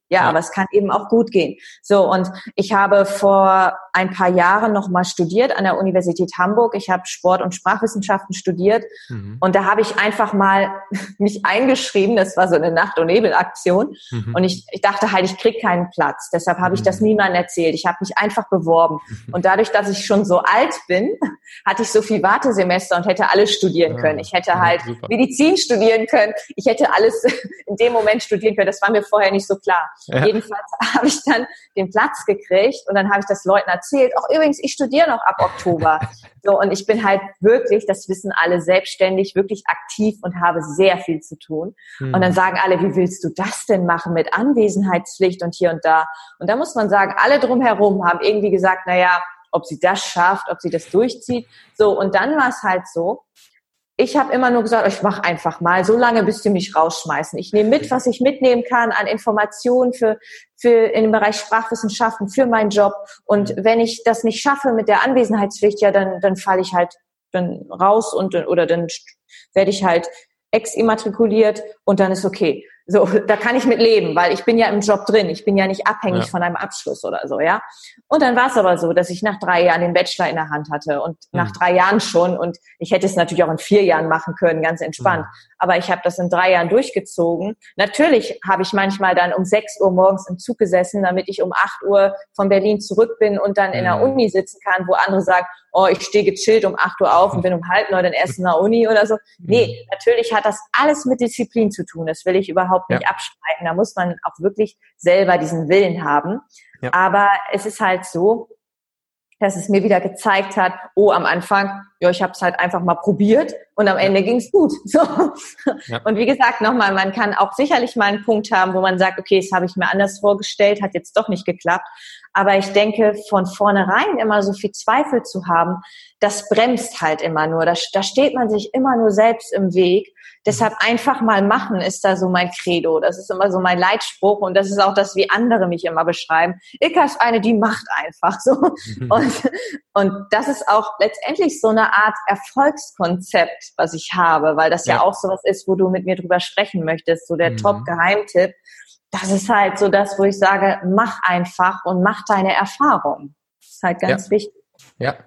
Ja, aber es kann eben auch gut gehen. So, und ich habe vor ein paar Jahren nochmal studiert an der Universität Hamburg. Ich habe Sport- und Sprachwissenschaften studiert. Und da habe ich einfach mal mich eingeschrieben. Das war so eine Nacht- und Nebel-Aktion. Und ich dachte halt, ich krieg keinen Platz. Deshalb habe ich das niemandem erzählt. Ich habe mich einfach beworben. Und dadurch, dass ich schon so alt bin, hatte ich so viel Wartesemester und hätte alles studieren können. Ich hätte halt Medizin studieren können. Ich hätte alles in dem Moment studieren können. Das war mir vorher nicht so klar. Ja. Jedenfalls habe ich dann den Platz gekriegt und dann habe ich das Leuten erzählt. Ach, übrigens, ich studiere noch ab Oktober. So, und ich bin halt wirklich, das wissen alle, selbstständig, wirklich aktiv und habe sehr viel zu tun. Und dann sagen alle, wie willst du das denn machen mit Anwesenheitspflicht und hier und da? Und da muss man sagen, alle drumherum haben irgendwie gesagt, na ja, ob sie das schafft, ob sie das durchzieht. So, und dann war es halt so, ich habe immer nur gesagt, ich mache einfach mal, so lange, bis die mich rausschmeißen. Ich nehme mit, was ich mitnehmen kann an Informationen für in dem Bereich Sprachwissenschaften, für meinen Job. Und wenn ich das nicht schaffe mit der Anwesenheitspflicht, ja, dann falle ich halt dann raus oder dann werde ich halt eximmatrikuliert und dann ist okay. So, da kann ich mit leben, weil ich bin ja im Job drin. Ich bin ja nicht abhängig von einem Abschluss oder so, ja. Und dann war es aber so, dass ich nach 3 Jahren den Bachelor in der Hand hatte und nach 3 Jahren schon, und ich hätte es natürlich auch in 4 Jahren machen können, ganz entspannt. Aber ich habe das in 3 Jahren durchgezogen. Natürlich habe ich manchmal dann um 6 Uhr morgens im Zug gesessen, damit ich um 8 Uhr von Berlin zurück bin und dann in der Uni sitzen kann, wo andere sagen, oh, ich stehe gechillt um 8 Uhr auf und bin um 8:30 dann erst in der Uni oder so. Nee, natürlich hat das alles mit Disziplin zu tun. Das will ich überhaupt nicht abstreiten. Da muss man auch wirklich selber diesen Willen haben. Ja. Aber es ist halt so, dass es mir wieder gezeigt hat, oh, am Anfang, ja, ich habe es halt einfach mal probiert und am Ende ging's gut. So. Ja. Und wie gesagt, nochmal, man kann auch sicherlich mal einen Punkt haben, wo man sagt, okay, das habe ich mir anders vorgestellt, hat jetzt doch nicht geklappt. Aber ich denke, von vornherein immer so viel Zweifel zu haben, das bremst halt immer nur. Da steht man sich immer nur selbst im Weg. Deshalb einfach mal machen ist da so mein Credo. Das ist immer so mein Leitspruch und das ist auch das, wie andere mich immer beschreiben. Ilka ist eine, die macht einfach so. Und das ist auch letztendlich so eine Art Erfolgskonzept, was ich habe, weil das ja auch sowas ist, wo du mit mir drüber sprechen möchtest, so der Top-Geheimtipp. Das ist halt so das, wo ich sage, mach einfach und mach deine Erfahrung. Das ist halt ganz wichtig. Ja.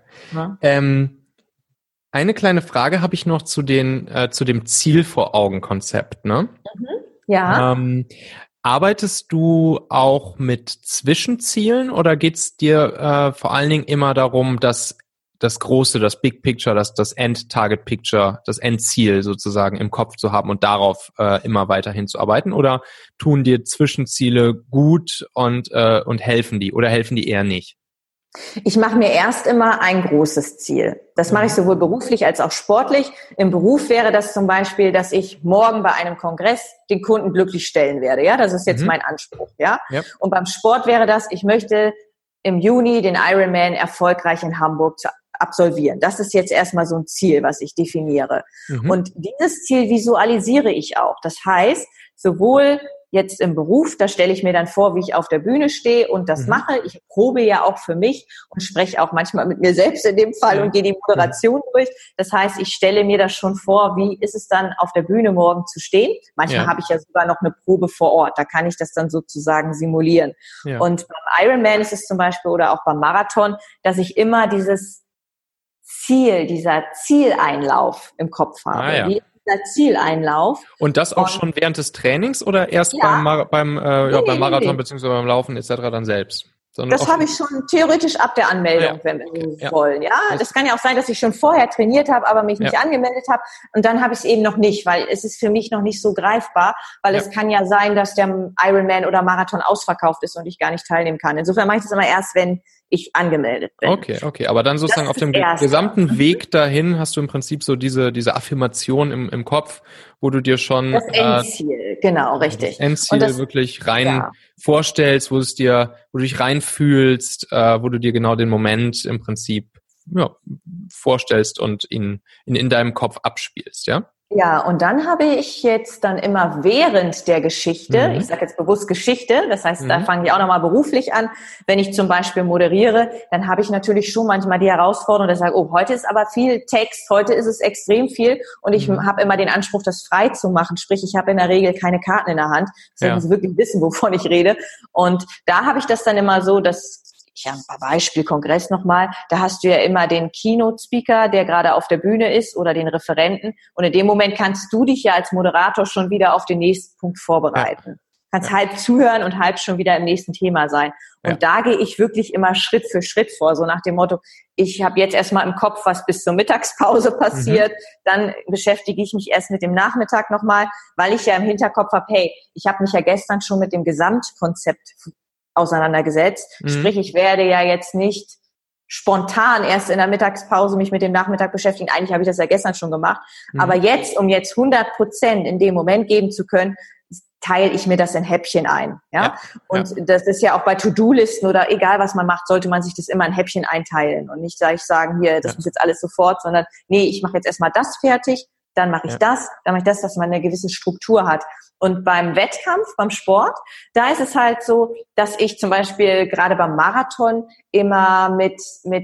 Eine kleine Frage habe ich noch zu dem Ziel vor Augen Konzept, ne? Ja. Arbeitest du auch mit Zwischenzielen oder geht's dir vor allen Dingen immer darum, dass das Große, das Big Picture, das End-Target-Picture, das Endziel sozusagen im Kopf zu haben und darauf immer weiter hinzuarbeiten? Oder tun dir Zwischenziele gut und helfen die oder helfen die eher nicht? Ich mache mir erst immer ein großes Ziel. Das mache ich sowohl beruflich als auch sportlich. Im Beruf wäre das zum Beispiel, dass ich morgen bei einem Kongress den Kunden glücklich stellen werde. Ja, das ist jetzt mein Anspruch. Ja. Und beim Sport wäre das, ich möchte im Juni den Ironman erfolgreich in Hamburg absolvieren. Das ist jetzt erstmal so ein Ziel, was ich definiere. Und dieses Ziel visualisiere ich auch. Das heißt, sowohl jetzt im Beruf, da stelle ich mir dann vor, wie ich auf der Bühne stehe und das mache. Ich probe ja auch für mich und spreche auch manchmal mit mir selbst in dem Fall und gehe die Moderation durch. Das heißt, ich stelle mir das schon vor, wie ist es dann auf der Bühne morgen zu stehen. Manchmal habe ich ja sogar noch eine Probe vor Ort. Da kann ich das dann sozusagen simulieren. Ja. Und beim Ironman ist es zum Beispiel oder auch beim Marathon, dass ich immer dieses Ziel, dieser Zieleinlauf im Kopf habe. Wie Zieleinlauf. Und das auch schon während des Trainings oder erst beim Marathon beziehungsweise beim Laufen etc. dann selbst? Das habe ich schon theoretisch ab der Anmeldung, wenn wir wollen. Ja, das kann ja auch sein, dass ich schon vorher trainiert habe, aber mich nicht angemeldet habe. Und dann habe ich es eben noch nicht, weil es ist für mich noch nicht so greifbar, weil es kann ja sein, dass der Ironman oder Marathon ausverkauft ist und ich gar nicht teilnehmen kann. Insofern mache ich das immer erst, wenn ich angemeldet bin. Okay. Aber dann sozusagen auf dem gesamten Weg dahin hast du im Prinzip so diese Affirmation im Kopf, wo du dir schon das Endziel, genau, richtig. Das Endziel wirklich rein vorstellst, wo du dich reinfühlst, wo du dir genau den Moment im Prinzip vorstellst und ihn in deinem Kopf abspielst, ja? Ja, und dann habe ich jetzt dann immer während der Geschichte, ich sage jetzt bewusst Geschichte, das heißt, da fange ich auch nochmal beruflich an, wenn ich zum Beispiel moderiere, dann habe ich natürlich schon manchmal die Herausforderung, dass ich sage, oh, heute ist aber viel Text, heute ist es extrem viel und ich habe immer den Anspruch, das frei zu machen, sprich, ich habe in der Regel keine Karten in der Hand, das heißt, ich muss wirklich wissen, wovon ich rede, und da habe ich das dann immer so, dass ja, ein Beispiel Kongress nochmal, da hast du ja immer den Keynote-Speaker, der gerade auf der Bühne ist, oder den Referenten, und in dem Moment kannst du dich ja als Moderator schon wieder auf den nächsten Punkt vorbereiten. Kannst halb zuhören und halb schon wieder im nächsten Thema sein. Und da gehe ich wirklich immer Schritt für Schritt vor, so nach dem Motto, ich habe jetzt erstmal im Kopf, was bis zur Mittagspause passiert, dann beschäftige ich mich erst mit dem Nachmittag nochmal, weil ich ja im Hinterkopf habe, hey, ich habe mich ja gestern schon mit dem Gesamtkonzept auseinandergesetzt. Sprich, ich werde ja jetzt nicht spontan erst in der Mittagspause mich mit dem Nachmittag beschäftigen. Eigentlich habe ich das ja gestern schon gemacht. Aber jetzt, um jetzt 100% in dem Moment geben zu können, teile ich mir das in Häppchen ein. Ja? Und das ist ja auch bei To-Do-Listen oder egal, was man macht, sollte man sich das immer in Häppchen einteilen und nicht sagen, hier, das muss jetzt alles sofort, sondern nee, ich mache jetzt erstmal das fertig, dann mache ich das, dann mache ich das, dass man eine gewisse Struktur hat. Und beim Wettkampf, beim Sport, da ist es halt so, dass ich zum Beispiel gerade beim Marathon immer mit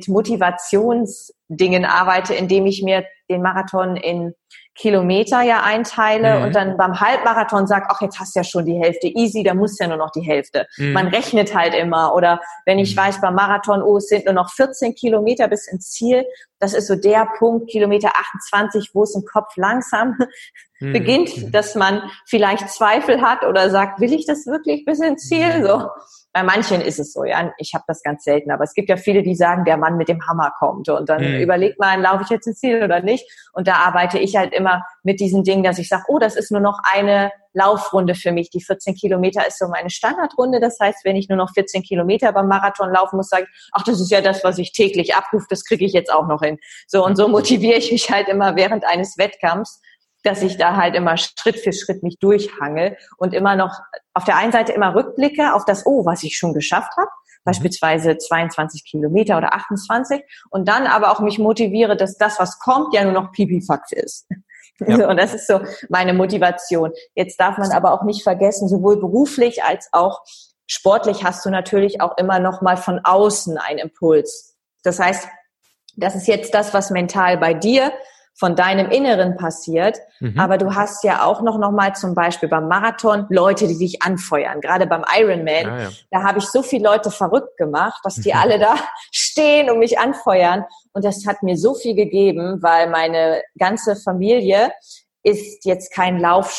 Motivationsdingen arbeite, indem ich mir den Marathon in Kilometer ja einteile und dann beim Halbmarathon sage, ach, jetzt hast du ja schon die Hälfte, easy, da muss ja nur noch die Hälfte. Man rechnet halt immer. Oder wenn ich weiß beim Marathon, oh, es sind nur noch 14 Kilometer bis ins Ziel, das ist so der Punkt, Kilometer 28, wo es im Kopf langsam beginnt, dass man vielleicht Zweifel hat oder sagt, will ich das wirklich bis ins Ziel? So. Bei manchen ist es so, ja. Ich habe das ganz selten, aber es gibt ja viele, die sagen, der Mann mit dem Hammer kommt und dann überlegt man, laufe ich jetzt ins Ziel oder nicht? Und da arbeite ich halt immer mit diesen Dingen, dass ich sage, oh, das ist nur noch eine Laufrunde für mich. Die 14 Kilometer ist so meine Standardrunde. Das heißt, wenn ich nur noch 14 Kilometer beim Marathon laufen muss, sage ich, ach, das ist ja das, was ich täglich abrufe, das kriege ich jetzt auch noch hin. So, und so motiviere ich mich halt immer während eines Wettkampfs, dass ich da halt immer Schritt für Schritt mich durchhangel und immer noch auf der einen Seite immer rückblicke auf das, oh, was ich schon geschafft habe, beispielsweise 22 Kilometer oder 28, und dann aber auch mich motiviere, dass das, was kommt, ja nur noch Pipifax ist. Ja. Und das ist so meine Motivation. Jetzt darf man aber auch nicht vergessen, sowohl beruflich als auch sportlich hast du natürlich auch immer noch mal von außen einen Impuls. Das heißt, das ist jetzt das, was mental bei dir von deinem Inneren passiert, aber du hast ja auch noch mal zum Beispiel beim Marathon Leute, die dich anfeuern, gerade beim Ironman, da habe ich so viele Leute verrückt gemacht, dass die alle da stehen und mich anfeuern, und das hat mir so viel gegeben, weil meine ganze Familie ist jetzt kein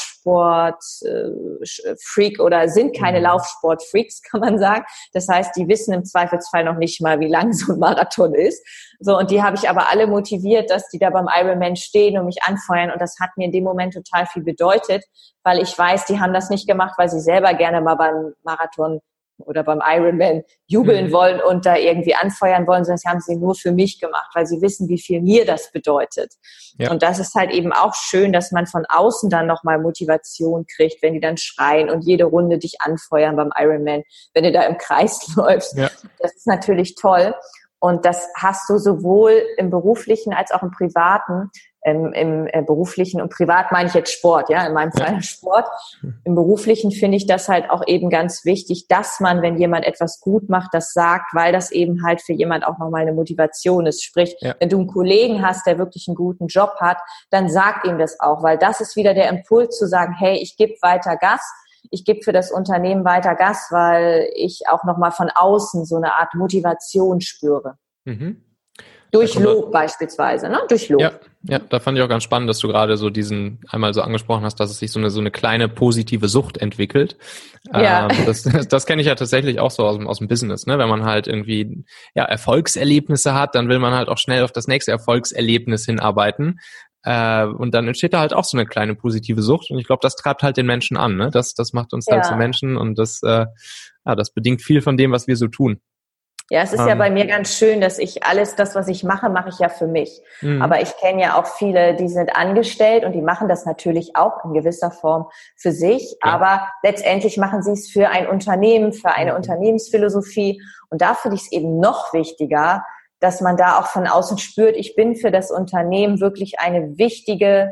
Laufsport-Freak oder sind keine Laufsport-Freaks, kann man sagen. Das heißt, die wissen im Zweifelsfall noch nicht mal, wie lang so ein Marathon ist. So, und die habe ich aber alle motiviert, dass die da beim Ironman stehen und mich anfeuern. Und das hat mir in dem Moment total viel bedeutet, weil ich weiß, die haben das nicht gemacht, weil sie selber gerne mal beim Marathon oder beim Ironman jubeln wollen und da irgendwie anfeuern wollen, sondern das haben sie nur für mich gemacht, weil sie wissen, wie viel mir das bedeutet. Ja. Und das ist halt eben auch schön, dass man von außen dann nochmal Motivation kriegt, wenn die dann schreien und jede Runde dich anfeuern beim Ironman, wenn du da im Kreis läufst. Ja. Das ist natürlich toll. Und das hast du sowohl im beruflichen als auch im privaten. Im beruflichen und privat meine ich jetzt Sport, ja, in meinem Fall Sport. Im beruflichen finde ich das halt auch eben ganz wichtig, dass man, wenn jemand etwas gut macht, das sagt, weil das eben halt für jemand auch nochmal eine Motivation ist. Sprich, wenn du einen Kollegen hast, der wirklich einen guten Job hat, dann sag ihm das auch, weil das ist wieder der Impuls zu sagen, hey, ich gebe weiter Gas, ich gebe für das Unternehmen weiter Gas, weil ich auch nochmal von außen so eine Art Motivation spüre. Durch Lob beispielsweise, ne? Durch Lob. Ja, da fand ich auch ganz spannend, dass du gerade so diesen einmal so angesprochen hast, dass es sich so eine kleine positive Sucht entwickelt. Ja. Das kenne ich ja tatsächlich auch so aus dem Business, ne? Wenn man halt irgendwie Erfolgserlebnisse hat, dann will man halt auch schnell auf das nächste Erfolgserlebnis hinarbeiten. Und dann entsteht da halt auch so eine kleine positive Sucht. Und ich glaube, das treibt halt den Menschen an, ne? Das macht uns dann zu Menschen, und das bedingt viel von dem, was wir so tun. Ja, es ist ja bei mir ganz schön, dass ich alles, das, was ich mache ich ja für mich. Aber ich kenne ja auch viele, die sind angestellt und die machen das natürlich auch in gewisser Form für sich. Ja. Aber letztendlich machen sie es für ein Unternehmen, für eine Unternehmensphilosophie. Und da finde ich es eben noch wichtiger, dass man da auch von außen spürt, ich bin für das Unternehmen wirklich eine wichtige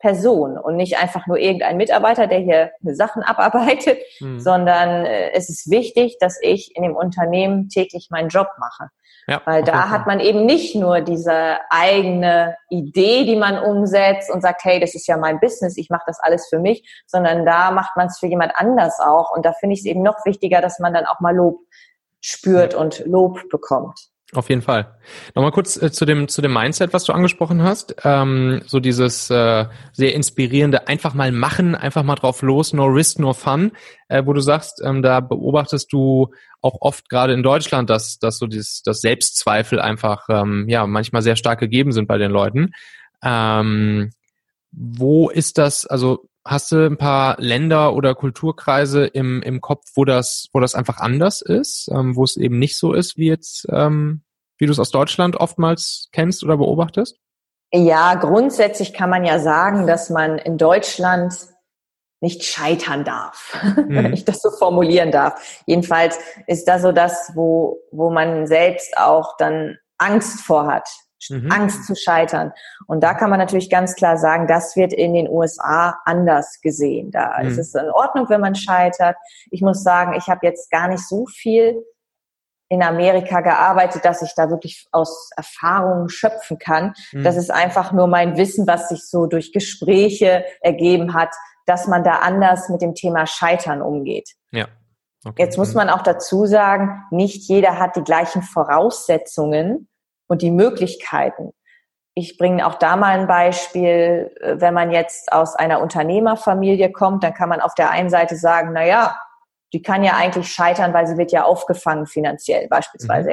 Person und nicht einfach nur irgendein Mitarbeiter, der hier Sachen abarbeitet, sondern es ist wichtig, dass ich in dem Unternehmen täglich meinen Job mache. Ja, weil da hat man eben nicht nur diese eigene Idee, die man umsetzt und sagt, hey, das ist ja mein Business, ich mache das alles für mich, sondern da macht man es für jemand anders auch. Und da finde ich es eben noch wichtiger, dass man dann auch mal Lob spürt und Lob bekommt. Auf jeden Fall. Nochmal kurz zu dem Mindset, was du angesprochen hast. So dieses sehr inspirierende, einfach mal machen, einfach mal drauf los, no risk, no fun, wo du sagst, da beobachtest du auch oft gerade in Deutschland, dass so das Selbstzweifel einfach manchmal sehr stark gegeben sind bei den Leuten. Wo ist das, also hast du ein paar Länder oder Kulturkreise im Kopf, wo das einfach anders ist, wo es eben nicht so ist, wie jetzt, wie du es aus Deutschland oftmals kennst oder beobachtest? Ja, grundsätzlich kann man ja sagen, dass man in Deutschland nicht scheitern darf, wenn ich das so formulieren darf. Jedenfalls ist das so das, wo man selbst auch dann Angst vor hat. Angst zu scheitern. Und da kann man natürlich ganz klar sagen, das wird in den USA anders gesehen. Da ist es in Ordnung, wenn man scheitert. Ich muss sagen, ich habe jetzt gar nicht so viel in Amerika gearbeitet, dass ich da wirklich aus Erfahrungen schöpfen kann. Das ist einfach nur mein Wissen, was sich so durch Gespräche ergeben hat, dass man da anders mit dem Thema Scheitern umgeht. Ja. Okay. Jetzt muss man auch dazu sagen, nicht jeder hat die gleichen Voraussetzungen und die Möglichkeiten. Ich bringe auch da mal ein Beispiel. Wenn man jetzt aus einer Unternehmerfamilie kommt, dann kann man auf der einen Seite sagen, na ja, die kann ja eigentlich scheitern, weil sie wird ja aufgefangen finanziell beispielsweise,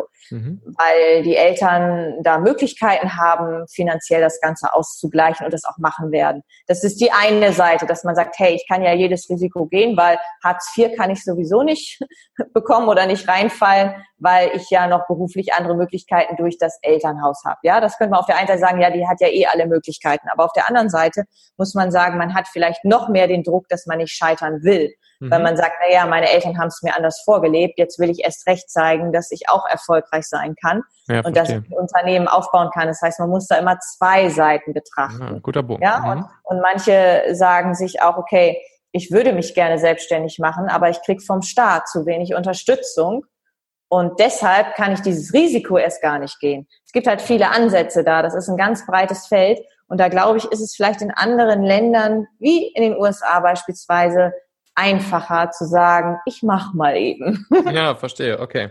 weil die Eltern da Möglichkeiten haben, finanziell das Ganze auszugleichen und das auch machen werden. Das ist die eine Seite, dass man sagt, hey, ich kann ja jedes Risiko gehen, weil Hartz IV kann ich sowieso nicht bekommen oder nicht reinfallen, weil ich ja noch beruflich andere Möglichkeiten durch das Elternhaus habe. Ja, das könnte man auf der einen Seite sagen, ja, die hat ja eh alle Möglichkeiten. Aber auf der anderen Seite muss man sagen, man hat vielleicht noch mehr den Druck, dass man nicht scheitern will. Weil man sagt, na ja, meine Eltern haben es mir anders vorgelebt, jetzt will ich erst recht zeigen, dass ich auch erfolgreich sein kann und dass ich ein Unternehmen aufbauen kann. Das heißt, man muss da immer zwei Seiten betrachten. Guter Punkt. Ja, und manche sagen sich auch, okay, ich würde mich gerne selbstständig machen, aber ich kriege vom Staat zu wenig Unterstützung und deshalb kann ich dieses Risiko erst gar nicht gehen. Es gibt halt viele Ansätze da, das ist ein ganz breites Feld und da glaube ich, ist es vielleicht in anderen Ländern, wie in den USA beispielsweise, einfacher zu sagen, ich mach mal eben. Ja, verstehe, okay.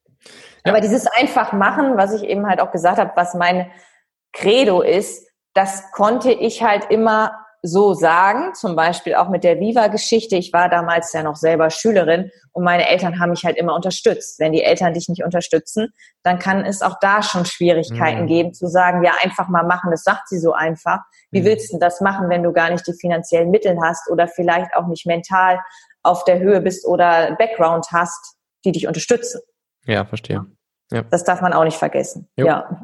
Aber dieses einfach machen, was ich eben halt auch gesagt habe, was mein Credo ist, das konnte ich halt immer so sagen, zum Beispiel auch mit der Viva-Geschichte. Ich war damals ja noch selber Schülerin und meine Eltern haben mich halt immer unterstützt. Wenn die Eltern dich nicht unterstützen, dann kann es auch da schon Schwierigkeiten geben, zu sagen, ja, einfach mal machen, das sagt sie so einfach. Wie willst du das machen, wenn du gar nicht die finanziellen Mittel hast oder vielleicht auch nicht mental auf der Höhe bist oder Background hast, die dich unterstützen? Ja, verstehe. Ja. Das darf man auch nicht vergessen. Jo. Ja.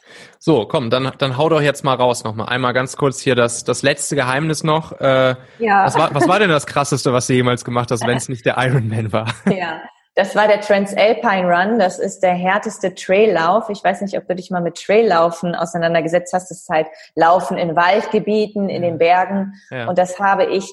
So, komm, dann hau doch jetzt mal raus nochmal. Einmal ganz kurz hier das letzte Geheimnis noch. Was war denn das Krasseste, was du jemals gemacht hast, wenn es nicht der Ironman war? Ja, das war der Transalpine Run. Das ist der härteste Traillauf. Ich weiß nicht, ob du dich mal mit Traillaufen auseinandergesetzt hast. Das ist halt Laufen in Waldgebieten, in den Bergen. Ja. Und das habe ich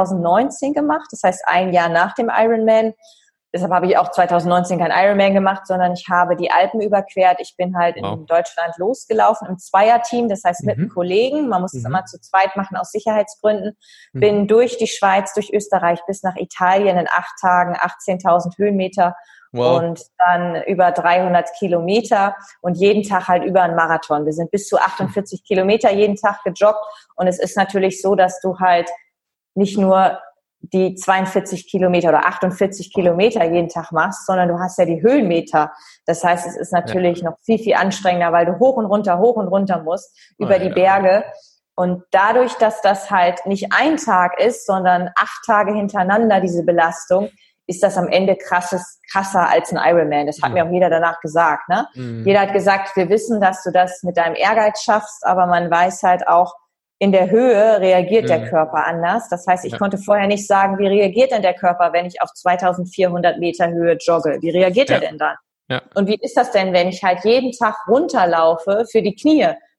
2019 gemacht. Das heißt, ein Jahr nach dem Ironman. Deshalb habe ich auch 2019 kein Ironman gemacht, sondern ich habe die Alpen überquert. Ich bin halt in Deutschland losgelaufen im Zweierteam, das heißt mit einem Kollegen. Man muss es immer zu zweit machen aus Sicherheitsgründen. Bin durch die Schweiz, durch Österreich bis nach Italien in 8 Tagen, 18.000 Höhenmeter und dann über 300 Kilometer und jeden Tag halt über einen Marathon. Wir sind bis zu 48 Kilometer jeden Tag gejoggt und es ist natürlich so, dass du halt nicht nur die 42 Kilometer oder 48 Kilometer jeden Tag machst, sondern du hast ja die Höhenmeter. Das heißt, es ist natürlich noch viel, viel anstrengender, weil du hoch und runter musst über die Berge. Und dadurch, dass das halt nicht ein Tag ist, sondern 8 Tage hintereinander, diese Belastung, ist das am Ende krasser als ein Ironman. Das hat mir auch jeder danach gesagt, ne? Jeder hat gesagt, wir wissen, dass du das mit deinem Ehrgeiz schaffst, aber man weiß halt auch, in der Höhe reagiert der Körper anders. Das heißt, ich konnte vorher nicht sagen, wie reagiert denn der Körper, wenn ich auf 2400 Meter Höhe jogge? Wie reagiert er denn dann? Ja. Und wie ist das denn, wenn ich halt jeden Tag runterlaufe für die Knie?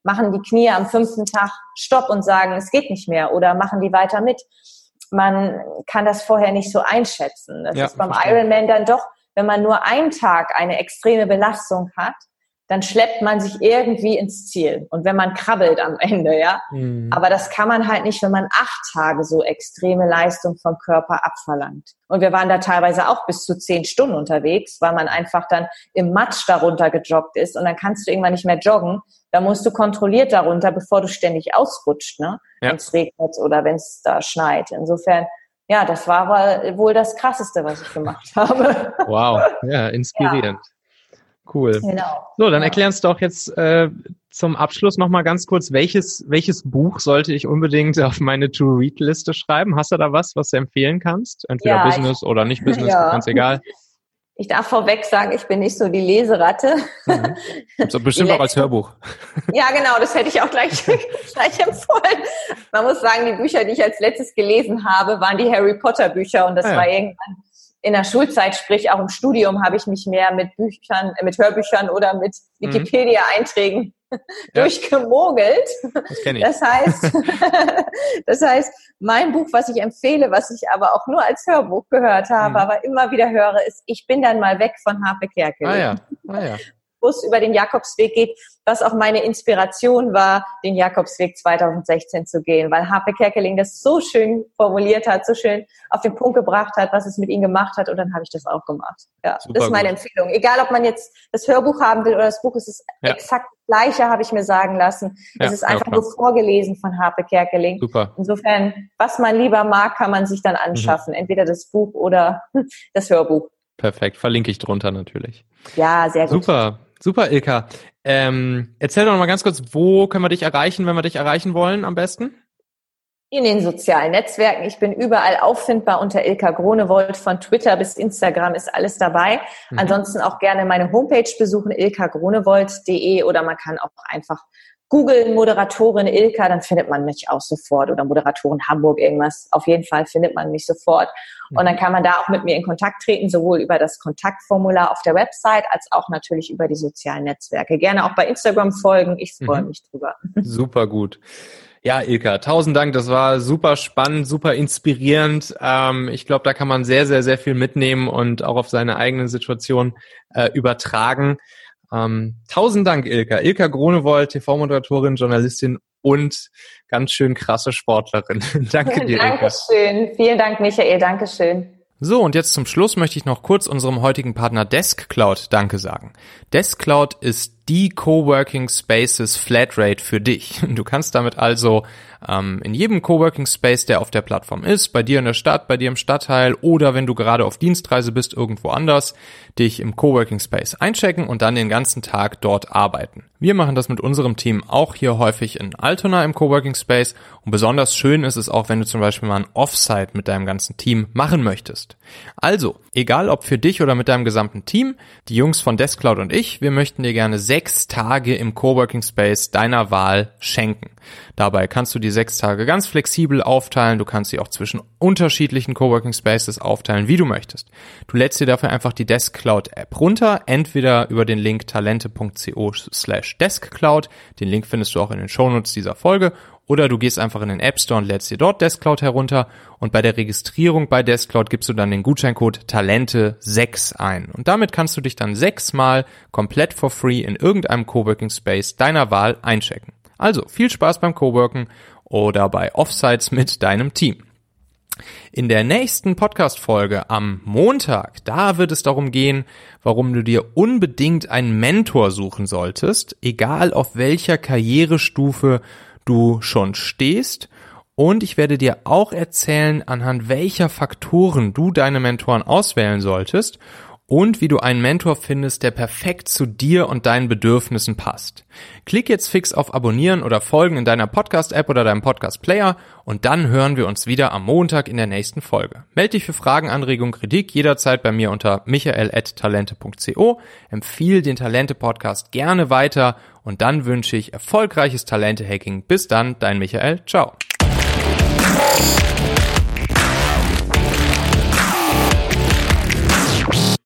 machen die Knie am 5. Tag Stopp und sagen, es geht nicht mehr oder machen die weiter mit. Man kann das vorher nicht so einschätzen. Das ist beim Ironman dann doch, wenn man nur einen Tag eine extreme Belastung hat, dann schleppt man sich irgendwie ins Ziel. Und wenn man krabbelt am Ende, ja. Aber das kann man halt nicht, wenn man 8 Tage so extreme Leistung vom Körper abverlangt. Und wir waren da teilweise auch bis zu 10 Stunden unterwegs, weil man einfach dann im Matsch darunter gejoggt ist und dann kannst du irgendwann nicht mehr joggen. Da musst du kontrolliert darunter, bevor du ständig ausrutscht, ne? Ja. Wenn es regnet oder wenn es da schneit. Insofern, ja, das war wohl das Krasseste, was ich gemacht habe. Wow, ja, inspirierend. Ja. Cool. Genau. So, dann erklär uns doch jetzt zum Abschluss nochmal ganz kurz, welches Buch sollte ich unbedingt auf meine To-Read-Liste schreiben? Hast du da was du empfehlen kannst? Entweder Business oder nicht Business, ganz egal. Ich darf vorweg sagen, ich bin nicht so die Leseratte. So bestimmt auch als Hörbuch. Ja, genau, das hätte ich auch gleich empfohlen. Man muss sagen, die Bücher, die ich als letztes gelesen habe, waren die Harry Potter Bücher und das war irgendwann in der Schulzeit, sprich auch im Studium, habe ich mich mehr mit Büchern, mit Hörbüchern oder mit Wikipedia-Einträgen durchgemogelt. Das kenne ich. Das heißt, mein Buch, was ich empfehle, was ich aber auch nur als Hörbuch gehört habe, aber immer wieder höre, ist Ich bin dann mal weg von Harpe Kerkeling. Wo es über den Jakobsweg geht, was auch meine Inspiration war, den Jakobsweg 2016 zu gehen, weil Harpe Kerkeling das so schön formuliert hat, so schön auf den Punkt gebracht hat, was es mit ihm gemacht hat und dann habe ich das auch gemacht. Ja, super, das ist meine Empfehlung. Egal, ob man jetzt das Hörbuch haben will oder das Buch, es ist exakt das Gleiche, habe ich mir sagen lassen. Es ist einfach nur vorgelesen von Harpe Kerkeling. Super. Insofern, was man lieber mag, kann man sich dann anschaffen. Entweder das Buch oder das Hörbuch. Perfekt, verlinke ich drunter natürlich. Ja, sehr gut. Super, Ilka. Erzähl doch noch mal ganz kurz, wo können wir dich erreichen, wenn wir dich erreichen wollen am besten? In den sozialen Netzwerken. Ich bin überall auffindbar unter Ilka Gronewold. Von Twitter bis Instagram ist alles dabei. Ansonsten auch gerne meine Homepage besuchen, ilkagronewold.de, oder man kann auch einfach googeln, Moderatorin Ilka, dann findet man mich auch sofort, oder Moderatorin Hamburg, irgendwas. Auf jeden Fall findet man mich sofort. Und dann kann man da auch mit mir in Kontakt treten, sowohl über das Kontaktformular auf der Website, als auch natürlich über die sozialen Netzwerke. Gerne auch bei Instagram folgen. Ich freue mich drüber. Super gut. Ja, Ilka, 1000 Dank. Das war super spannend, super inspirierend. Ich glaube, da kann man sehr, sehr, sehr viel mitnehmen und auch auf seine eigene Situation übertragen. 1000 Dank, Ilka. Ilka Gronewold, TV-Moderatorin, Journalistin und ganz schön krasse Sportlerin. Danke dir, Ilka. Dankeschön. Vielen Dank, Michael. Dankeschön. So, und jetzt zum Schluss möchte ich noch kurz unserem heutigen Partner DeskCloud Danke sagen. DeskCloud ist die Coworking Spaces Flatrate für dich. Du kannst damit also in jedem Coworking Space, der auf der Plattform ist, bei dir in der Stadt, bei dir im Stadtteil oder wenn du gerade auf Dienstreise bist, irgendwo anders, dich im Coworking Space einchecken und dann den ganzen Tag dort arbeiten. Wir machen das mit unserem Team auch hier häufig in Altona im Coworking Space und besonders schön ist es auch, wenn du zum Beispiel mal ein Offsite mit deinem ganzen Team machen möchtest. Also, egal ob für dich oder mit deinem gesamten Team, die Jungs von DeskCloud und ich, wir möchten dir gerne 6 Tage im Coworking Space deiner Wahl schenken. Dabei kannst du die 6 Tage ganz flexibel aufteilen, du kannst sie auch zwischen unterschiedlichen Coworking Spaces aufteilen, wie du möchtest. Du lädst dir dafür einfach die DeskCloud App runter, entweder über den Link talente.co/deskcloud, den Link findest du auch in den Shownotes dieser Folge, oder du gehst einfach in den App Store und lädst dir dort DeskCloud herunter und bei der Registrierung bei DeskCloud gibst du dann den Gutscheincode Talente6 ein. Und damit kannst du dich dann 6 Mal komplett for free in irgendeinem Coworking Space deiner Wahl einchecken. Also viel Spaß beim Coworken oder bei Offsites mit deinem Team. In der nächsten Podcast-Folge am Montag, da wird es darum gehen, warum du dir unbedingt einen Mentor suchen solltest, egal auf welcher Karrierestufe du schon stehst. Und ich werde dir auch erzählen, anhand welcher Faktoren du deine Mentoren auswählen solltest und wie du einen Mentor findest, der perfekt zu dir und deinen Bedürfnissen passt. Klick jetzt fix auf Abonnieren oder Folgen in deiner Podcast-App oder deinem Podcast-Player und dann hören wir uns wieder am Montag in der nächsten Folge. Meld dich für Fragen, Anregungen, Kritik jederzeit bei mir unter michael@talente.co. Empfiehl den Talente-Podcast gerne weiter und dann wünsche ich erfolgreiches Talente-Hacking. Bis dann, dein Michael. Ciao.